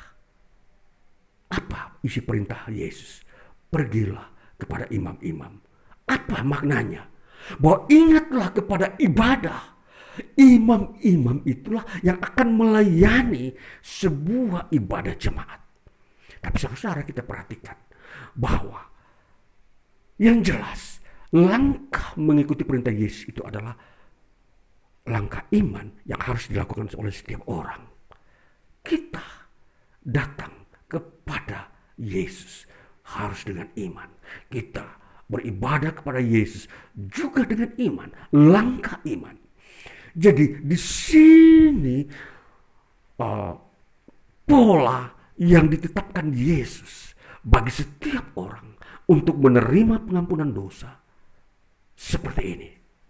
S2: Apa isi perintah Yesus? Pergilah kepada imam-imam. Apa maknanya? Bahwa ingatlah kepada ibadah. Imam-imam itulah yang akan melayani sebuah ibadah jemaat. Tapi saudara, kita perhatikan bahwa yang jelas langkah mengikuti perintah Yesus itu adalah langkah iman yang harus dilakukan oleh setiap orang. Kita datang kepada Yesus harus dengan iman. Kita beribadah kepada Yesus juga dengan iman, langkah iman. Jadi di sini uh, pola yang ditetapkan Yesus bagi setiap orang untuk menerima pengampunan dosa seperti ini.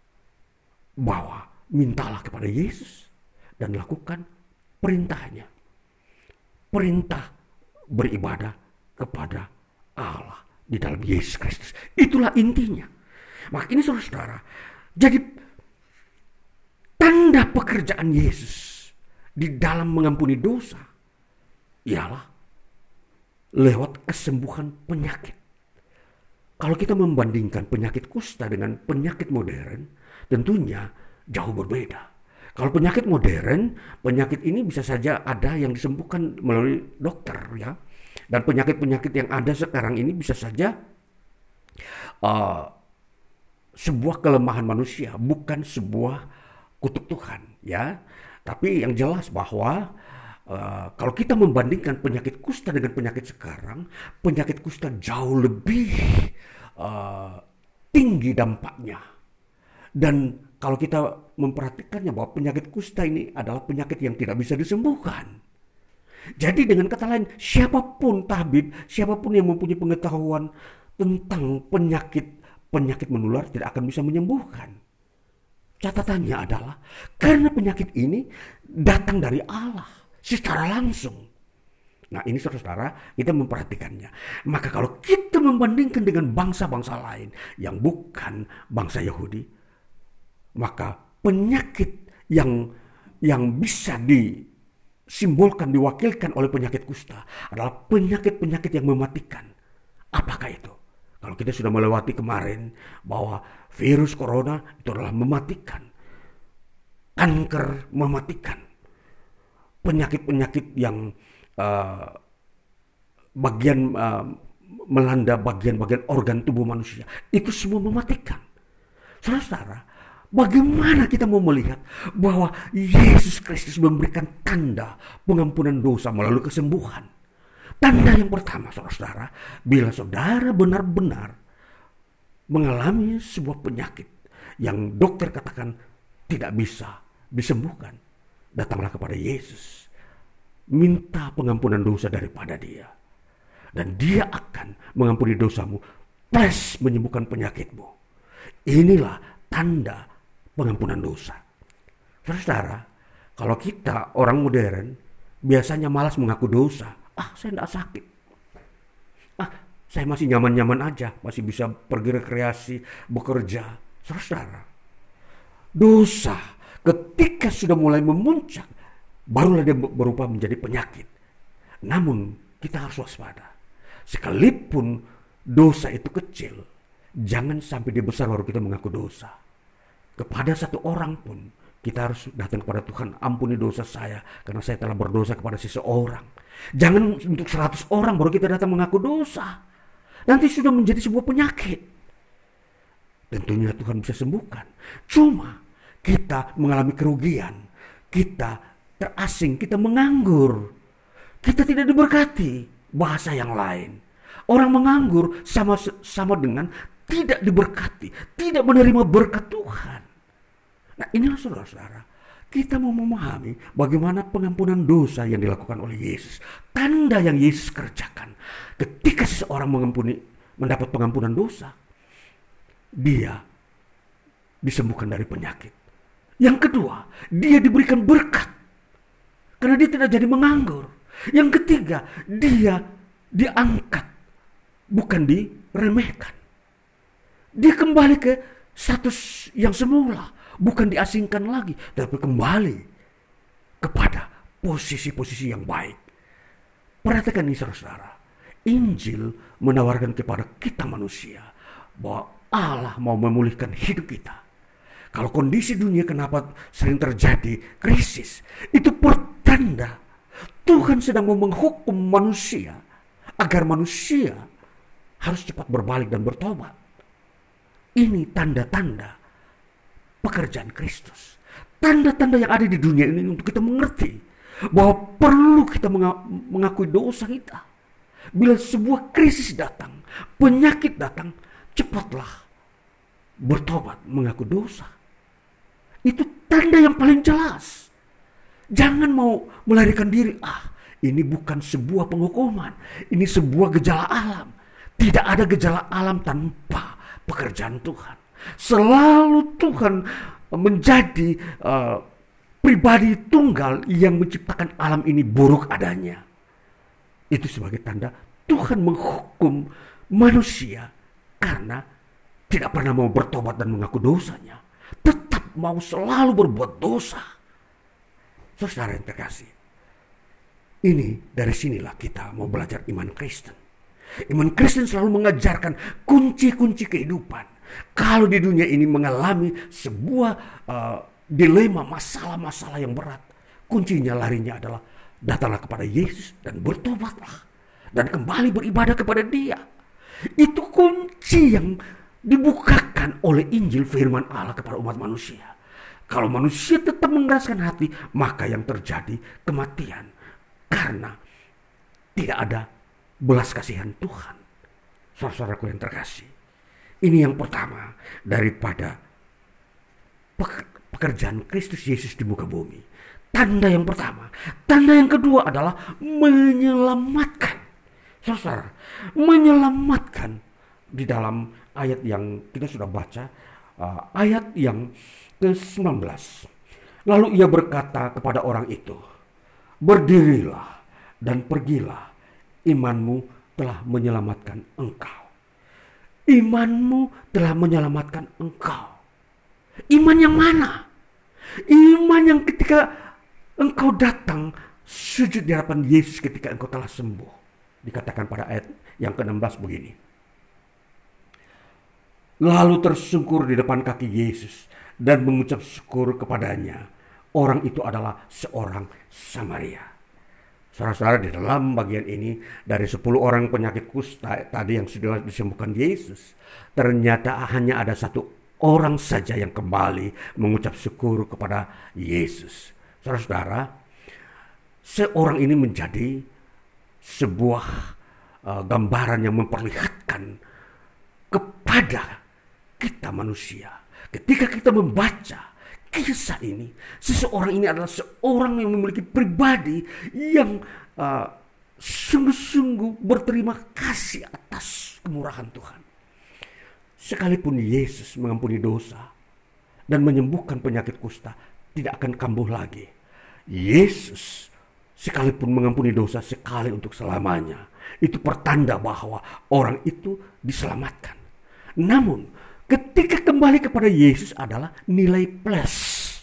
S2: Bahwa mintalah kepada Yesus dan lakukan perintahnya. Perintah beribadah kepada Allah di dalam Yesus Kristus. Itulah intinya. Maka ini saudara-saudara, jadi tanda pekerjaan Yesus di dalam mengampuni dosa ialah lewat kesembuhan penyakit. Kalau kita membandingkan penyakit kusta dengan penyakit modern, tentunya jauh berbeda. Kalau penyakit modern, penyakit ini bisa saja ada yang disembuhkan melalui dokter, ya. Dan penyakit-penyakit yang ada sekarang ini bisa saja uh, sebuah kelemahan manusia, bukan sebuah kutuk Tuhan, ya. Tapi yang jelas bahwa uh, kalau kita membandingkan penyakit kusta dengan penyakit sekarang, penyakit kusta jauh lebih uh, tinggi dampaknya. Dan kalau kita memperhatikannya bahwa penyakit kusta ini adalah penyakit yang tidak bisa disembuhkan. Jadi dengan kata lain, siapapun tabib, siapapun yang mempunyai pengetahuan tentang penyakit penyakit menular tidak akan bisa menyembuhkan. Catatannya adalah karena penyakit ini datang dari Allah secara langsung. Nah ini saudara-saudara, kita memperhatikannya. Maka kalau kita membandingkan dengan bangsa-bangsa lain yang bukan bangsa Yahudi, maka penyakit yang yang bisa disimbolkan, diwakilkan oleh penyakit kusta adalah penyakit-penyakit yang mematikan. Apakah itu? Kalau kita sudah melewati kemarin bahwa virus corona itu adalah mematikan, kanker mematikan, penyakit-penyakit yang uh, bagian uh, melanda bagian-bagian organ tubuh manusia, itu semua mematikan. Saudara-saudara, bagaimana kita mau melihat bahwa Yesus Kristus memberikan tanda pengampunan dosa melalui kesembuhan? Tanda yang pertama, saudara-saudara, bila saudara benar-benar mengalami sebuah penyakit yang dokter katakan tidak bisa disembuhkan, datanglah kepada Yesus, minta pengampunan dosa daripada Dia, dan Dia akan mengampuni dosamu plus menyembuhkan penyakitmu. Inilah tanda pengampunan dosa. Saudara, kalau kita orang modern biasanya malas mengaku dosa. Ah, saya tidak sakit. Ah, saya masih nyaman-nyaman aja, masih bisa pergi rekreasi, bekerja. Saudara, dosa ketika sudah mulai memuncak, barulah dia berubah menjadi penyakit. Namun kita harus waspada. Sekalipun dosa itu kecil, jangan sampai dia besar baru kita mengaku dosa. Kepada satu orang pun kita harus datang kepada Tuhan, ampuni dosa saya karena saya telah berdosa kepada seseorang. Jangan untuk seratus orang baru kita datang mengaku dosa. Nanti sudah menjadi sebuah penyakit. Tentunya Tuhan bisa sembuhkan. Cuma kita mengalami kerugian, kita terasing, kita menganggur, kita tidak diberkati. Bahasa yang lain, orang menganggur sama sama dengan tidak diberkati, tidak menerima berkat Tuhan. Nah inilah saudara-saudara, kita mau memahami bagaimana pengampunan dosa yang dilakukan oleh Yesus. Tanda yang Yesus kerjakan ketika seseorang mengampuni, mendapat pengampunan dosa, dia disembuhkan dari penyakit. Yang kedua, dia diberikan berkat karena dia tidak jadi menganggur. Yang ketiga, dia diangkat, bukan diremehkan. Dia kembali ke status yang semula. Bukan diasingkan lagi, tapi kembali kepada posisi-posisi yang baik. Perhatikan ini saudara-saudara. Injil menawarkan kepada kita manusia bahwa Allah mau memulihkan hidup kita. Kalau kondisi dunia kenapa sering terjadi krisis, itu pertanda Tuhan sedang mau menghukum manusia agar manusia harus cepat berbalik dan bertobat. Ini tanda-tanda pekerjaan Kristus. Tanda-tanda yang ada di dunia ini untuk kita mengerti bahwa perlu kita mengakui dosa kita. Bila sebuah krisis datang, penyakit datang, cepatlah bertobat, mengaku dosa. Itu tanda yang paling jelas. Jangan mau melarikan diri. Ah, ini bukan sebuah penghukuman. Ini sebuah gejala alam. Tidak ada gejala alam tanpa pekerjaan Tuhan. Selalu Tuhan menjadi uh, pribadi tunggal yang menciptakan alam ini buruk adanya. Itu sebagai tanda Tuhan menghukum manusia karena tidak pernah mau bertobat dan mengaku dosanya. Tetap mau selalu berbuat dosa. Saudara yang terkasih, ini dari sinilah kita mau belajar iman Kristen. Iman Kristen selalu mengajarkan kunci-kunci kehidupan. Kalau di dunia ini mengalami sebuah uh, dilema, masalah-masalah yang berat, kuncinya larinya adalah datanglah kepada Yesus dan bertobatlah dan kembali beribadah kepada Dia. Itu kunci yang dibukakan oleh Injil firman Allah kepada umat manusia. Kalau manusia tetap mengeraskan hati, maka yang terjadi kematian karena tidak ada belas kasihan Tuhan. Saudara-saudaraku yang terkasih, ini yang pertama daripada pekerjaan Kristus Yesus di muka bumi. tanda yang pertama. Tanda yang kedua adalah menyelamatkan. Saudara, menyelamatkan di dalam ayat yang kita sudah baca, uh, ayat yang ke sembilan belas. Lalu ia berkata kepada orang itu, berdirilah dan pergilah, imanmu telah menyelamatkan engkau. Imanmu telah menyelamatkan engkau. Iman yang mana? Iman yang ketika engkau datang sujud di hadapan Yesus ketika engkau telah sembuh. Dikatakan pada ayat yang ke enam belas begini. Lalu tersungkur di depan kaki Yesus dan mengucap syukur kepadanya. Orang itu adalah seorang Samaria. Saudara-saudara, di dalam bagian ini dari sepuluh orang penyakit kusta tadi yang sudah disembuhkan Yesus, ternyata hanya ada satu orang saja yang kembali mengucap syukur kepada Yesus. Saudara-saudara, seorang ini menjadi sebuah uh, gambaran yang memperlihatkan kepada kita manusia. Ketika kita membaca kisah ini, seseorang ini adalah seorang yang memiliki pribadi yang uh, sungguh-sungguh berterima kasih atas kemurahan Tuhan. Sekalipun Yesus mengampuni dosa dan menyembuhkan penyakit kusta, tidak akan kambuh lagi. Yesus sekalipun mengampuni dosa sekali untuk selamanya, itu pertanda bahwa orang itu diselamatkan. Namun ketika kembali kepada Yesus adalah nilai plus.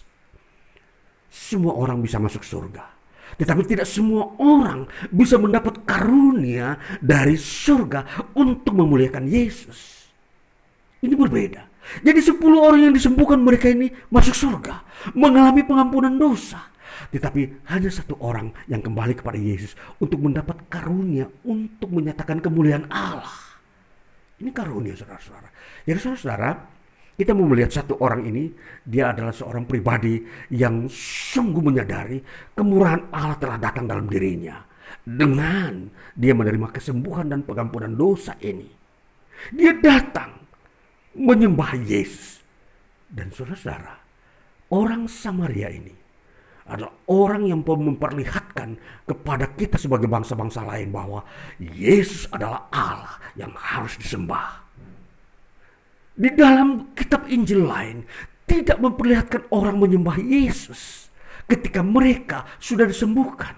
S2: Semua orang bisa masuk surga, tetapi tidak semua orang bisa mendapat karunia dari surga untuk memuliakan Yesus. Ini berbeda. Jadi sepuluh orang yang disembuhkan, mereka ini masuk surga, mengalami pengampunan dosa. Tetapi hanya satu orang yang kembali kepada Yesus untuk mendapat karunia untuk menyatakan kemuliaan Allah. Ini karunia, saudara-saudara. Jadi saudara-saudara, kita mau melihat satu orang ini, dia adalah seorang pribadi yang sungguh menyadari kemurahan Allah telah datang dalam dirinya. Dengan dia menerima kesembuhan dan pengampunan dosa ini, dia datang menyembah Yesus. Dan saudara-saudara, orang Samaria ini adalah orang yang memperlihatkan kepada kita sebagai bangsa-bangsa lain bahwa Yesus adalah Allah yang harus disembah. Di dalam kitab Injil lain tidak memperlihatkan orang menyembah Yesus ketika mereka sudah disembuhkan.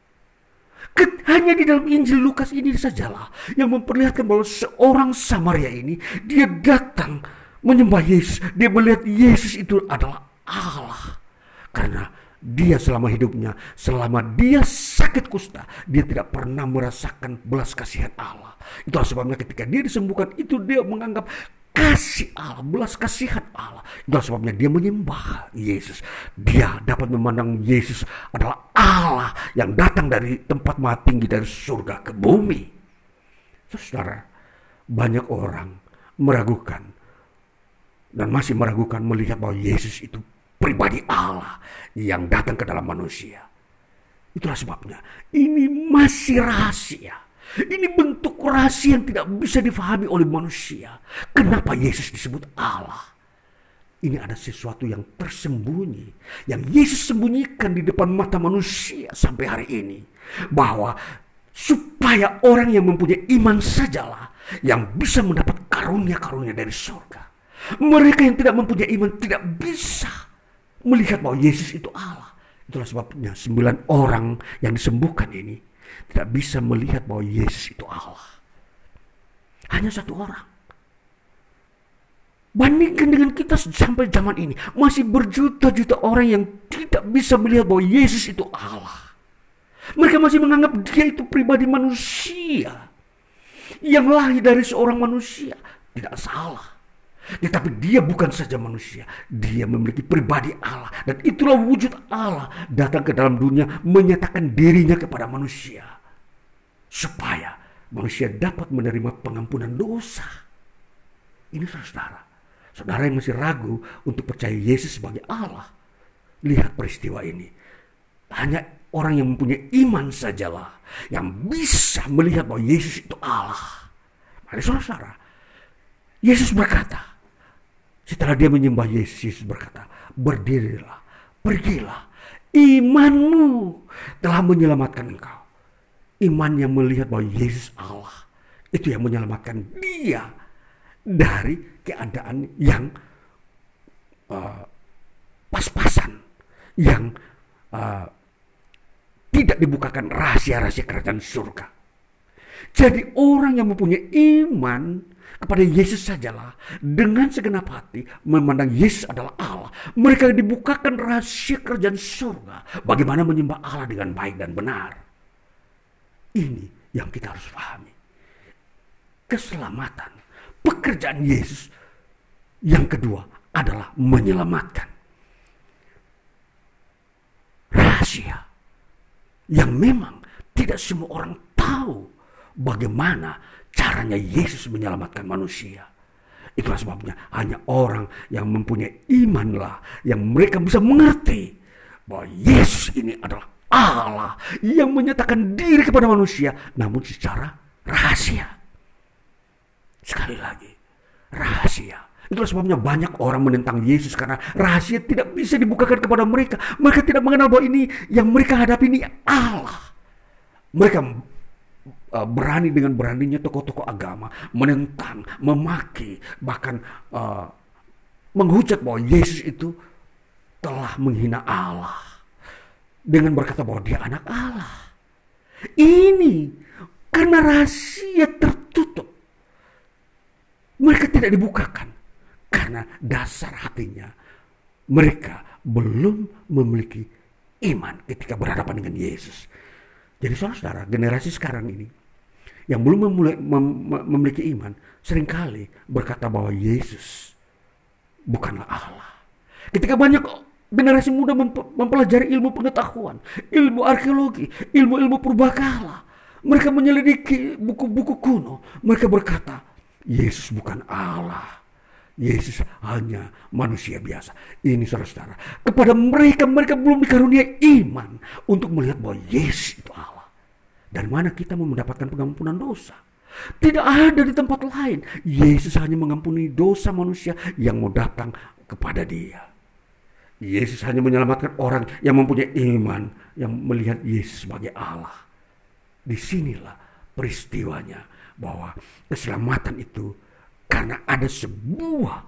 S2: Hanya di dalam Injil Lukas ini sajalah yang memperlihatkan bahwa seorang Samaria ini, dia datang menyembah Yesus. Dia melihat Yesus itu adalah Allah. Karena dia selama hidupnya, selama dia sakit kusta, dia tidak pernah merasakan belas kasihan Allah. Itulah sebabnya ketika dia disembuhkan itu, dia menganggap kasih Allah, belas kasihan Allah. Itulah sebabnya dia menyembah Yesus. Dia dapat memandang Yesus adalah Allah yang datang dari tempat maha tinggi, dari surga ke bumi. Saudara, banyak orang meragukan dan masih meragukan melihat bahwa Yesus itu pribadi Allah yang datang ke dalam manusia. Itulah sebabnya ini masih rahasia. Ini bentuk rahasia yang tidak bisa difahami oleh manusia. Kenapa Yesus disebut Allah? Ini ada sesuatu yang tersembunyi, yang Yesus sembunyikan di depan mata manusia sampai hari ini. Bahwa supaya orang yang mempunyai iman sajalah yang bisa mendapat karunia-karunia dari surga. Mereka yang tidak mempunyai iman tidak bisa melihat bahwa Yesus itu Allah. Itulah sebabnya sembilan orang yang disembuhkan ini tidak bisa melihat bahwa Yesus itu Allah. Hanya satu orang. Bandingkan dengan kita sampai zaman ini, masih berjuta-juta orang yang tidak bisa melihat bahwa Yesus itu Allah. Mereka masih menganggap dia itu pribadi manusia yang lahir dari seorang manusia. Tidak salah. Tetapi dia bukan saja manusia, dia memiliki pribadi Allah. Dan itulah wujud Allah datang ke dalam dunia, menyatakan dirinya kepada manusia, supaya manusia dapat menerima pengampunan dosa. Ini saudara, saudara yang masih ragu untuk percaya Yesus sebagai Allah, lihat peristiwa ini. Hanya orang yang mempunyai iman sajalah yang bisa melihat bahwa Yesus itu Allah. Mari saudara, Yesus berkata, setelah dia menyembah Yesus, Yesus berkata, berdirilah, pergilah, imanmu telah menyelamatkan engkau. Iman yang melihat bahwa Yesus Allah, itu yang menyelamatkan dia dari keadaan yang uh, pas-pasan, yang uh, tidak dibukakan rahasia-rahasia kerajaan surga. Jadi orang yang mempunyai iman kepada Yesus sajalah dengan segenap hati memandang Yesus adalah Allah. Mereka dibukakan rahasia kerajaan surga. Bagaimana menyembah Allah dengan baik dan benar. Ini yang kita harus pahami. Keselamatan, pekerjaan Yesus yang kedua adalah menyelamatkan. Rahasia yang memang tidak semua orang tahu bagaimana caranya Yesus menyelamatkan manusia. Itulah sebabnya hanya orang yang mempunyai imanlah yang mereka bisa mengerti bahwa Yesus ini adalah Allah yang menyatakan diri kepada manusia, namun secara rahasia. Sekali lagi, rahasia. Itulah sebabnya banyak orang menentang Yesus karena rahasia tidak bisa dibukakan kepada mereka. Mereka tidak mengenal bahwa ini yang mereka hadapi ini Allah. Mereka uh, berani dengan beraninya tokoh-tokoh agama menentang, memaki, bahkan uh, menghujat bahwa Yesus itu telah menghina Allah dengan berkata bahwa dia anak Allah. Ini karena rahasia tertutup. Mereka tidak dibukakan karena dasar hatinya mereka belum memiliki iman ketika berhadapan dengan Yesus. Jadi saudara-saudara, generasi sekarang ini yang belum memulai, mem, memiliki iman seringkali berkata bahwa Yesus bukanlah Allah. Ketika banyak generasi muda mempelajari ilmu pengetahuan, ilmu arkeologi, ilmu-ilmu purbakala, mereka menyelidiki buku-buku kuno, mereka berkata Yesus bukan Allah. Yesus hanya manusia biasa. Ini saudara-saudara, kepada mereka, mereka belum dikaruniai iman untuk melihat bahwa Yesus itu Allah. Dari mana kita mau mendapatkan pengampunan dosa? Tidak ada di tempat lain. Yesus hanya mengampuni dosa manusia yang mau datang kepada dia. Yesus hanya menyelamatkan orang yang mempunyai iman, yang melihat Yesus sebagai Allah. Disinilah peristiwanya bahwa keselamatan itu karena ada sebuah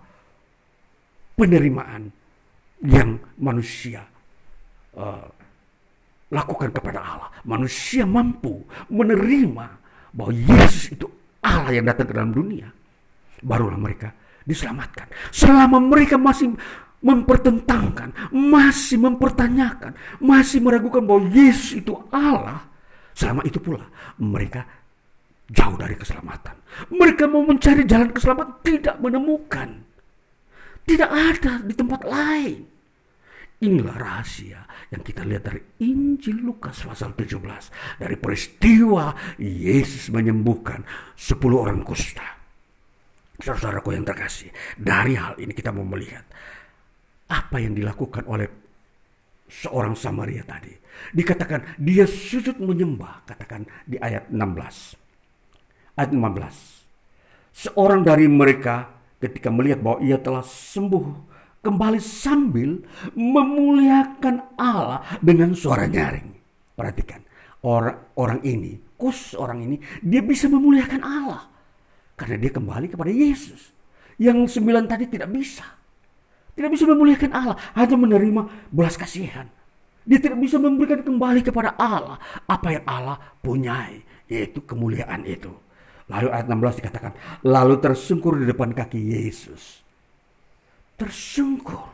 S2: penerimaan yang manusia uh, lakukan kepada Allah. Manusia mampu menerima bahwa Yesus itu Allah yang datang ke dalam dunia. Barulah mereka diselamatkan. Selama mereka masih mempertentangkan, masih mempertanyakan, masih meragukan bahwa Yesus itu Allah, selama itu pula mereka jauh dari keselamatan. Mereka mau mencari jalan keselamatan, tidak menemukan. Tidak ada di tempat lain. Inilah rahasia yang kita lihat dari Injil Lukas pasal tujuh belas. Dari peristiwa Yesus menyembuhkan sepuluh orang kusta. Saudara-saudaraku yang terkasih, dari hal ini kita mau melihat apa yang dilakukan oleh seorang Samaria tadi. Dikatakan dia sujud menyembah, katakan di ayat enam belas. Ayat lima belas. Seorang dari mereka ketika melihat bahwa ia telah sembuh kembali sambil memuliakan Allah dengan suara nyaring. Perhatikan, orang orang ini, khusus orang ini, dia bisa memuliakan Allah karena dia kembali kepada Yesus. Yang sembilan tadi tidak bisa. Tidak bisa memuliakan Allah, hanya menerima belas kasihan. Dia tidak bisa memberikan kembali kepada Allah apa yang Allah punyai, yaitu kemuliaan itu. Lalu ayat enam belas dikatakan, lalu tersungkur di depan kaki Yesus. Tersungkur.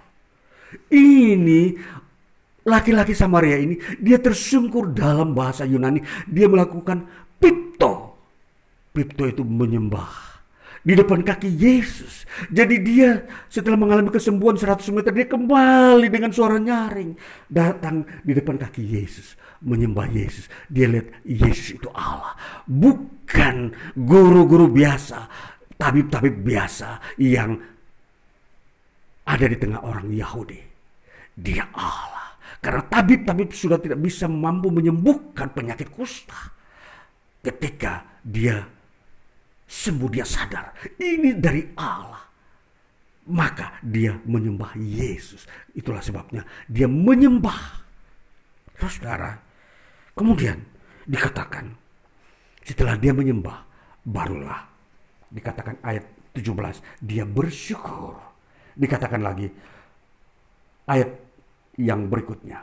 S2: Ini laki-laki Samaria ini, dia tersungkur dalam bahasa Yunani. Dia melakukan pipto. Pipto itu menyembah di depan kaki Yesus. Jadi dia setelah mengalami kesembuhan seratus meter, dia kembali dengan suara nyaring datang di depan kaki Yesus, menyembah Yesus. Dia lihat Yesus itu Allah, bukan guru-guru biasa, tabib-tabib biasa yang ada di tengah orang Yahudi. Dia Allah. Karena tabib-tabib sudah tidak bisa mampu menyembuhkan penyakit kusta. Ketika dia sembuh, dia sadar ini dari Allah, maka dia menyembah Yesus. Itulah sebabnya dia menyembah Saudara, kemudian dikatakan setelah dia menyembah, barulah dikatakan ayat tujuh belas, dia bersyukur. Dikatakan lagi ayat yang berikutnya,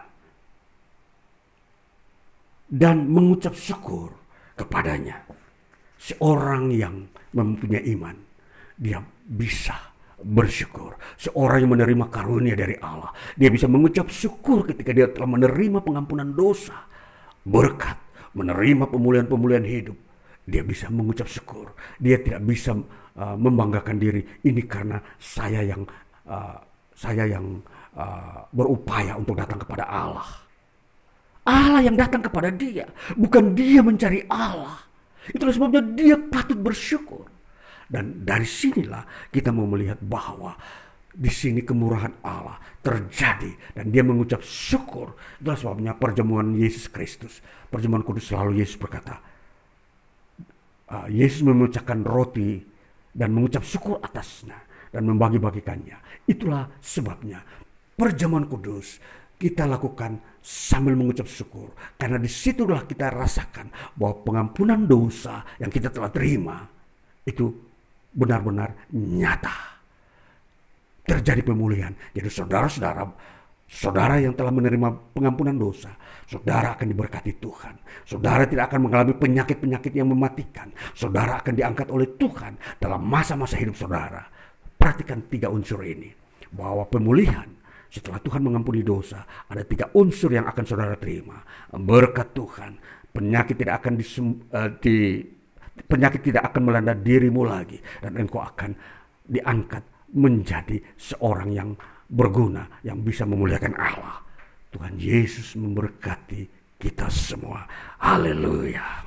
S2: dan mengucap syukur kepadanya. Seorang yang mempunyai iman, dia bisa bersyukur. Seorang yang menerima karunia dari Allah, dia bisa mengucap syukur ketika dia telah menerima pengampunan dosa, berkat, menerima pemulihan-pemulihan hidup. Dia bisa mengucap syukur. Dia tidak bisa uh, membanggakan diri, ini karena saya yang uh, saya yang uh, berupaya untuk datang kepada Allah. Allah yang datang kepada dia, bukan dia mencari Allah. Itulah sebabnya dia patut bersyukur. Dan dari sinilah kita mau melihat bahwa di sini kemurahan Allah terjadi dan dia mengucap syukur. Itulah sebabnya perjamuan Yesus Kristus, perjamuan kudus, selalu Yesus berkata, uh, Yesus memecahkan roti dan mengucap syukur atasnya dan membagi-bagikannya. Itulah sebabnya perjamuan kudus kita lakukan sambil mengucap syukur, karena disitulah kita rasakan bahwa pengampunan dosa yang kita telah terima itu benar-benar nyata. Terjadi pemulihan. Jadi saudara-saudara, saudara yang telah menerima pengampunan dosa, saudara akan diberkati Tuhan. Saudara tidak akan mengalami penyakit-penyakit yang mematikan. Saudara akan diangkat oleh Tuhan dalam masa-masa hidup saudara. Perhatikan tiga unsur ini, bahwa pemulihan setelah Tuhan mengampuni dosa, ada tiga unsur yang akan saudara terima. Berkat Tuhan, penyakit tidak akan disem, uh, di, penyakit tidak akan melanda dirimu lagi, dan engkau akan diangkat menjadi seorang yang berguna, yang bisa memuliakan Allah. Tuhan Yesus memberkati kita semua. Haleluya.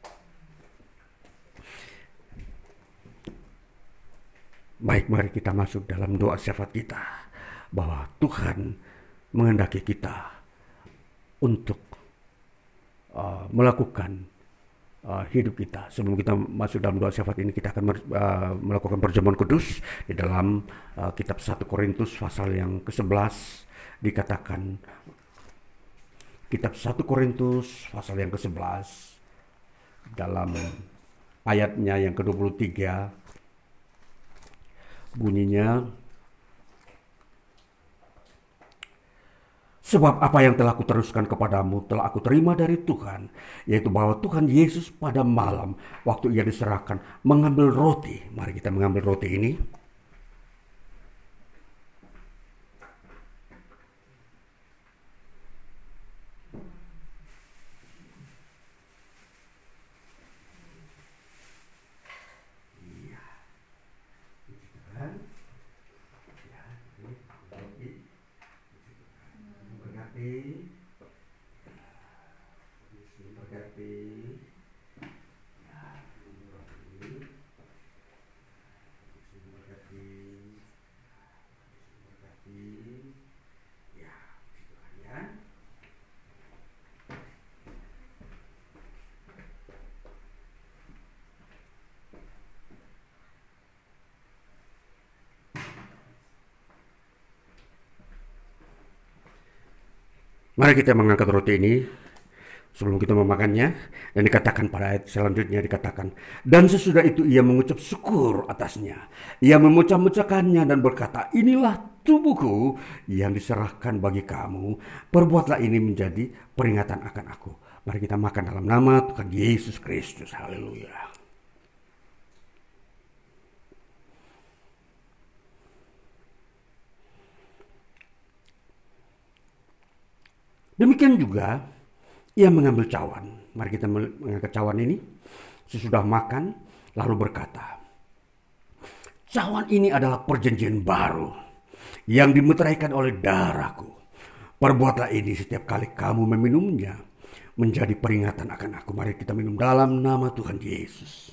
S2: Baik, mari kita masuk dalam doa syafaat kita, bahwa Tuhan menghendaki kita untuk uh, melakukan uh, hidup kita. Sebelum kita masuk dalam doa syafaat ini, kita akan uh, melakukan perjamuan kudus. Di dalam uh, kitab satu Korintus pasal yang kesebelas dikatakan, kitab satu Korintus pasal yang kesebelas dalam ayatnya yang kedua puluh tiga bunyinya, sebab apa yang telah kuteruskan kepadamu telah aku terima dari Tuhan, yaitu bahwa Tuhan Yesus pada malam waktu ia diserahkan mengambil roti. Mari kita mengambil roti ini. Mari kita mengangkat roti ini sebelum kita memakannya, dan dikatakan pada ayat selanjutnya, dikatakan, dan sesudah itu ia mengucap syukur atasnya. Ia memecah-mecahkannya dan berkata, inilah tubuhku yang diserahkan bagi kamu. Perbuatlah ini menjadi peringatan akan aku. Mari kita makan dalam nama Tuhan Yesus Kristus. Haleluya. Demikian juga ia mengambil cawan. Mari kita mengangkat cawan ini. Sesudah makan lalu berkata, cawan ini adalah perjanjian baru yang dimeteraikan oleh darahku. Perbuatlah ini setiap kali kamu meminumnya menjadi peringatan akan aku. Mari kita minum dalam nama Tuhan Yesus.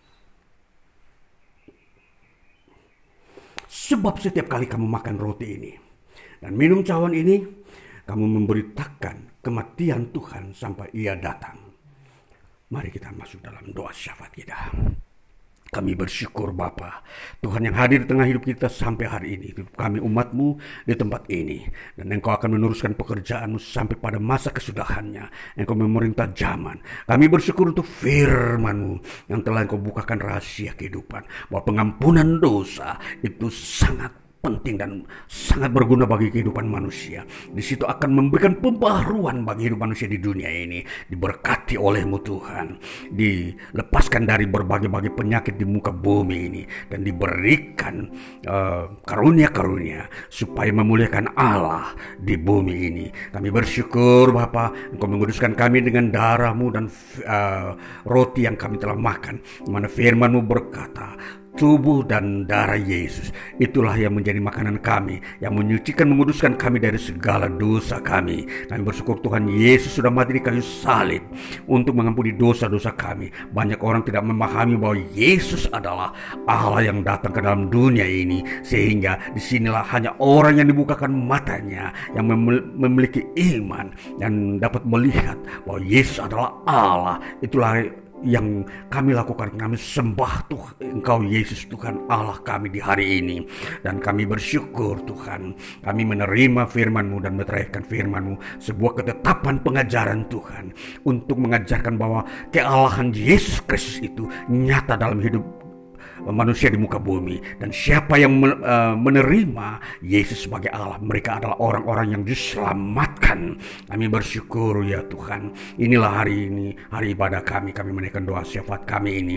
S2: Sebab setiap kali kamu makan roti ini dan minum cawan ini, kamu memberitakan kematian Tuhan sampai ia datang. Mari kita masuk dalam doa syafaat kita. Kami bersyukur Bapa, Tuhan yang hadir di tengah hidup kita sampai hari ini. Hidup kami umat-Mu di tempat ini. Dan Engkau akan meneruskan pekerjaan-Mu sampai pada masa kesudahannya. Engkau memerintah zaman. Kami bersyukur untuk firman-Mu yang telah Engkau bukakan rahasia kehidupan. Bahwa pengampunan dosa itu sangat penting dan sangat berguna bagi kehidupan manusia. Di situ akan memberikan pembaharuan bagi hidup manusia di dunia ini. Diberkati oleh-Mu Tuhan, dilepaskan dari berbagai-bagai penyakit di muka bumi ini, dan diberikan uh, karunia-karunia supaya memuliakan Allah di bumi ini. Kami bersyukur Bapa, Engkau menguduskan kami dengan darah-Mu dan uh, roti yang kami telah makan, di mana firman-Mu berkata, tubuh dan darah Yesus itulah yang menjadi makanan kami, yang menyucikan, menguduskan kami dari segala dosa kami. Kami bersyukur Tuhan Yesus sudah mati di kayu salib untuk mengampuni dosa-dosa kami. Banyak orang tidak memahami bahwa Yesus adalah Allah yang datang ke dalam dunia ini, sehingga disinilah hanya orang yang dibukakan matanya, yang memiliki iman dan dapat melihat bahwa Yesus adalah Allah. Itulah yang kami lakukan. Kami sembah Tuhan Engkau Yesus, Tuhan Allah kami di hari ini. Dan kami bersyukur Tuhan, kami menerima firman-Mu dan meteraikan firman-Mu, sebuah ketetapan pengajaran Tuhan, untuk mengajarkan bahwa kealahan Yesus Kristus itu nyata dalam hidup manusia di muka bumi. Dan siapa yang menerima Yesus sebagai Allah, mereka adalah orang-orang yang diselamatkan. Kami bersyukur ya Tuhan. Inilah hari ini, hari ibadah kami. Kami menaikkan doa syafaat kami ini.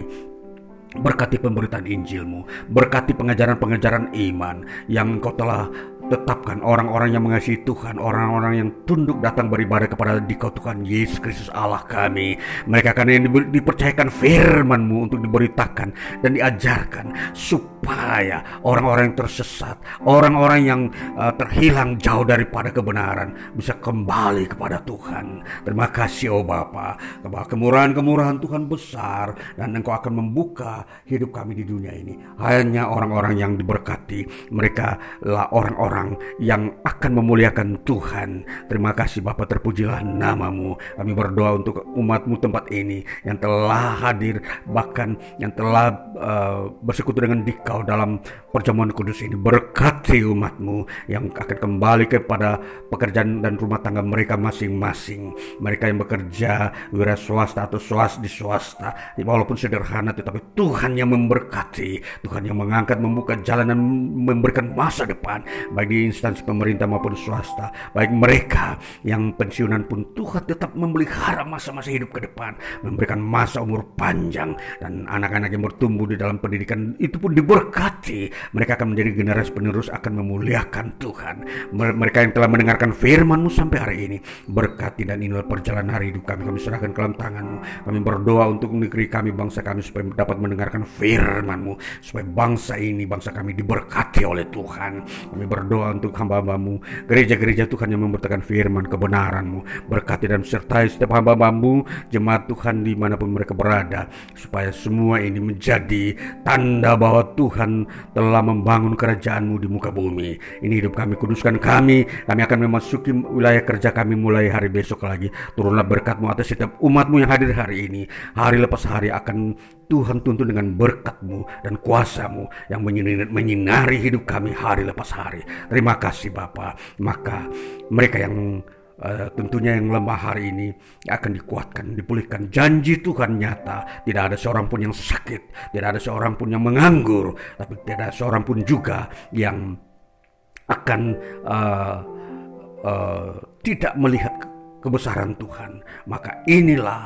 S2: Berkati pemberitaan Injil-Mu, berkati pengajaran-pengajaran iman yang Engkau telah tetapkan, orang-orang yang mengasihi Tuhan, orang-orang yang tunduk datang beribadah kepada Dikau Tuhan Yesus Kristus Allah kami. Mereka akan yang dipercayakan firman-Mu untuk diberitakan dan diajarkan, supaya orang-orang yang tersesat, orang-orang yang uh, terhilang jauh daripada kebenaran, bisa kembali kepada Tuhan. Terima kasih oh Bapa, bahwa kemurahan-kemurahan Tuhan besar, dan Engkau akan membuka hidup kami di dunia ini. Hanya orang-orang yang diberkati, mereka lah orang-orang yang akan memuliakan Tuhan. Terima kasih Bapa, terpujilah nama-Mu. Kami berdoa untuk umat-Mu tempat ini yang telah hadir, bahkan yang telah uh, bersekutu dengan Dikau dalam perjamuan kudus ini. Berkati umat-Mu yang akan kembali kepada pekerjaan dan rumah tangga mereka masing-masing. Mereka yang bekerja wira swasta atau swasta di swasta, walaupun sederhana, tetapi Tuhan yang memberkati, Tuhan yang mengangkat, membuka jalan dan memberikan masa depan, baik di instansi pemerintah maupun swasta. Baik mereka yang pensiunan pun Tuhan tetap memelihara masa-masa hidup ke depan, memberikan masa umur panjang, dan anak-anak yang bertumbuh di dalam pendidikan itu pun diberkati. Mereka akan menjadi generasi penerus, akan memuliakan Tuhan. Mereka yang telah mendengarkan firman-Mu sampai hari ini, berkati, dan inilah perjalanan hari hidup kami. Kami serahkan ke dalam tangan-Mu. Kami berdoa untuk negeri kami, bangsa kami, supaya dapat mendengarkan firman-Mu, supaya bangsa ini, bangsa kami diberkati oleh Tuhan. Kami berdoa untuk hamba-hamba-Mu, gereja-gereja Tuhan yang memberitakan firman kebenaran-Mu. Berkati dan sertai setiap hamba-hamba-Mu, jemaat Tuhan dimanapun mereka berada, supaya semua ini menjadi tanda bahwa Tuhan telah membangun kerajaan-Mu di muka bumi. Ini hidup kami, kuduskan kami. Kami akan memasuki wilayah kerja kami mulai hari besok lagi. Turunlah berkat-Mu atas setiap umat-Mu yang hadir hari ini. Hari lepas hari akan Tuhan tuntun dengan berkat-Mu dan kuasa-Mu yang menyinari hidup kami hari lepas hari. Terima kasih Bapa. Maka mereka yang uh, tentunya yang lemah hari ini akan dikuatkan, dipulihkan. Janji Tuhan nyata. Tidak ada seorang pun yang sakit, tidak ada seorang pun yang menganggur, tapi tidak ada seorang pun juga yang akan uh, uh, tidak melihat kebesaran Tuhan. Maka inilah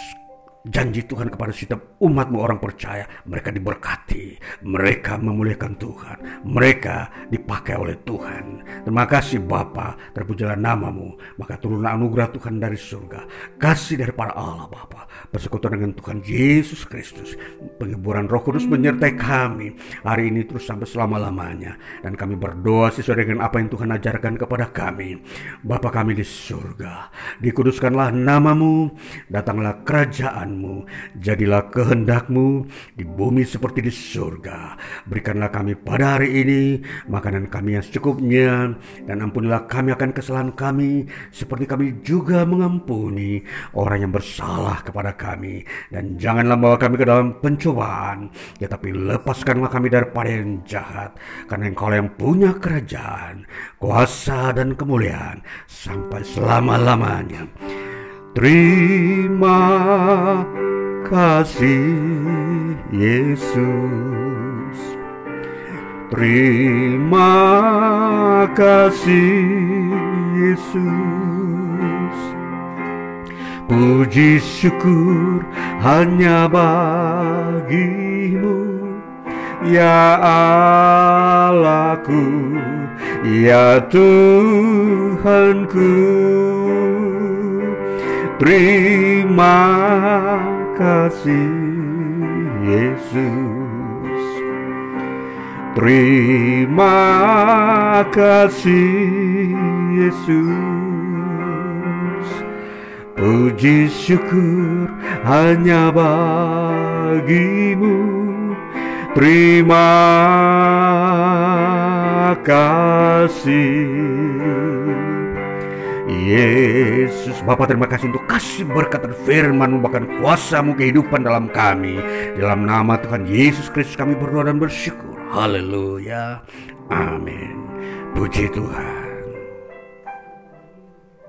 S2: janji Tuhan kepada setiap umat-Mu orang percaya. Mereka diberkati, mereka memuliakan Tuhan, mereka dipakai oleh Tuhan. Terima kasih Bapa, terpujilah nama-Mu. Maka turunlah anugerah Tuhan dari surga, kasih daripada Allah Bapa, persekutuan dengan Tuhan Yesus Kristus, penghiburan Roh Kudus menyertai kami hari ini terus sampai selama-lamanya. Dan kami berdoa sesuai dengan apa yang Tuhan ajarkan kepada kami. Bapa kami di surga, dikuduskanlah nama-Mu, datanglah kerajaan firman-Mu. Jadilah kehendak-Mu di bumi seperti di surga. Berikanlah kami pada hari ini makanan kami yang secukupnya, dan ampunilah kami akan kesalahan kami, seperti kami juga mengampuni orang yang bersalah kepada kami. Dan janganlah bawa kami ke dalam pencobaan, tetapi lepaskanlah kami daripada yang jahat. Karena Engkaulah yang punya kerajaan, kuasa dan kemuliaan sampai selama-lamanya. Terima kasih Yesus, terima kasih Yesus. Puji syukur hanya bagi-Mu, ya Allahku, ya Tuhanku. Terima kasih Yesus, terima kasih Yesus. Puji syukur hanya bagi-Mu, terima kasih Yesus. Bapa, terima kasih untuk kasih berkat dan firman-Mu, bahkan kuasa-Mu kehidupan dalam kami. Dalam nama Tuhan Yesus Kristus kami berdoa dan bersyukur. Haleluya, amin. Puji Tuhan.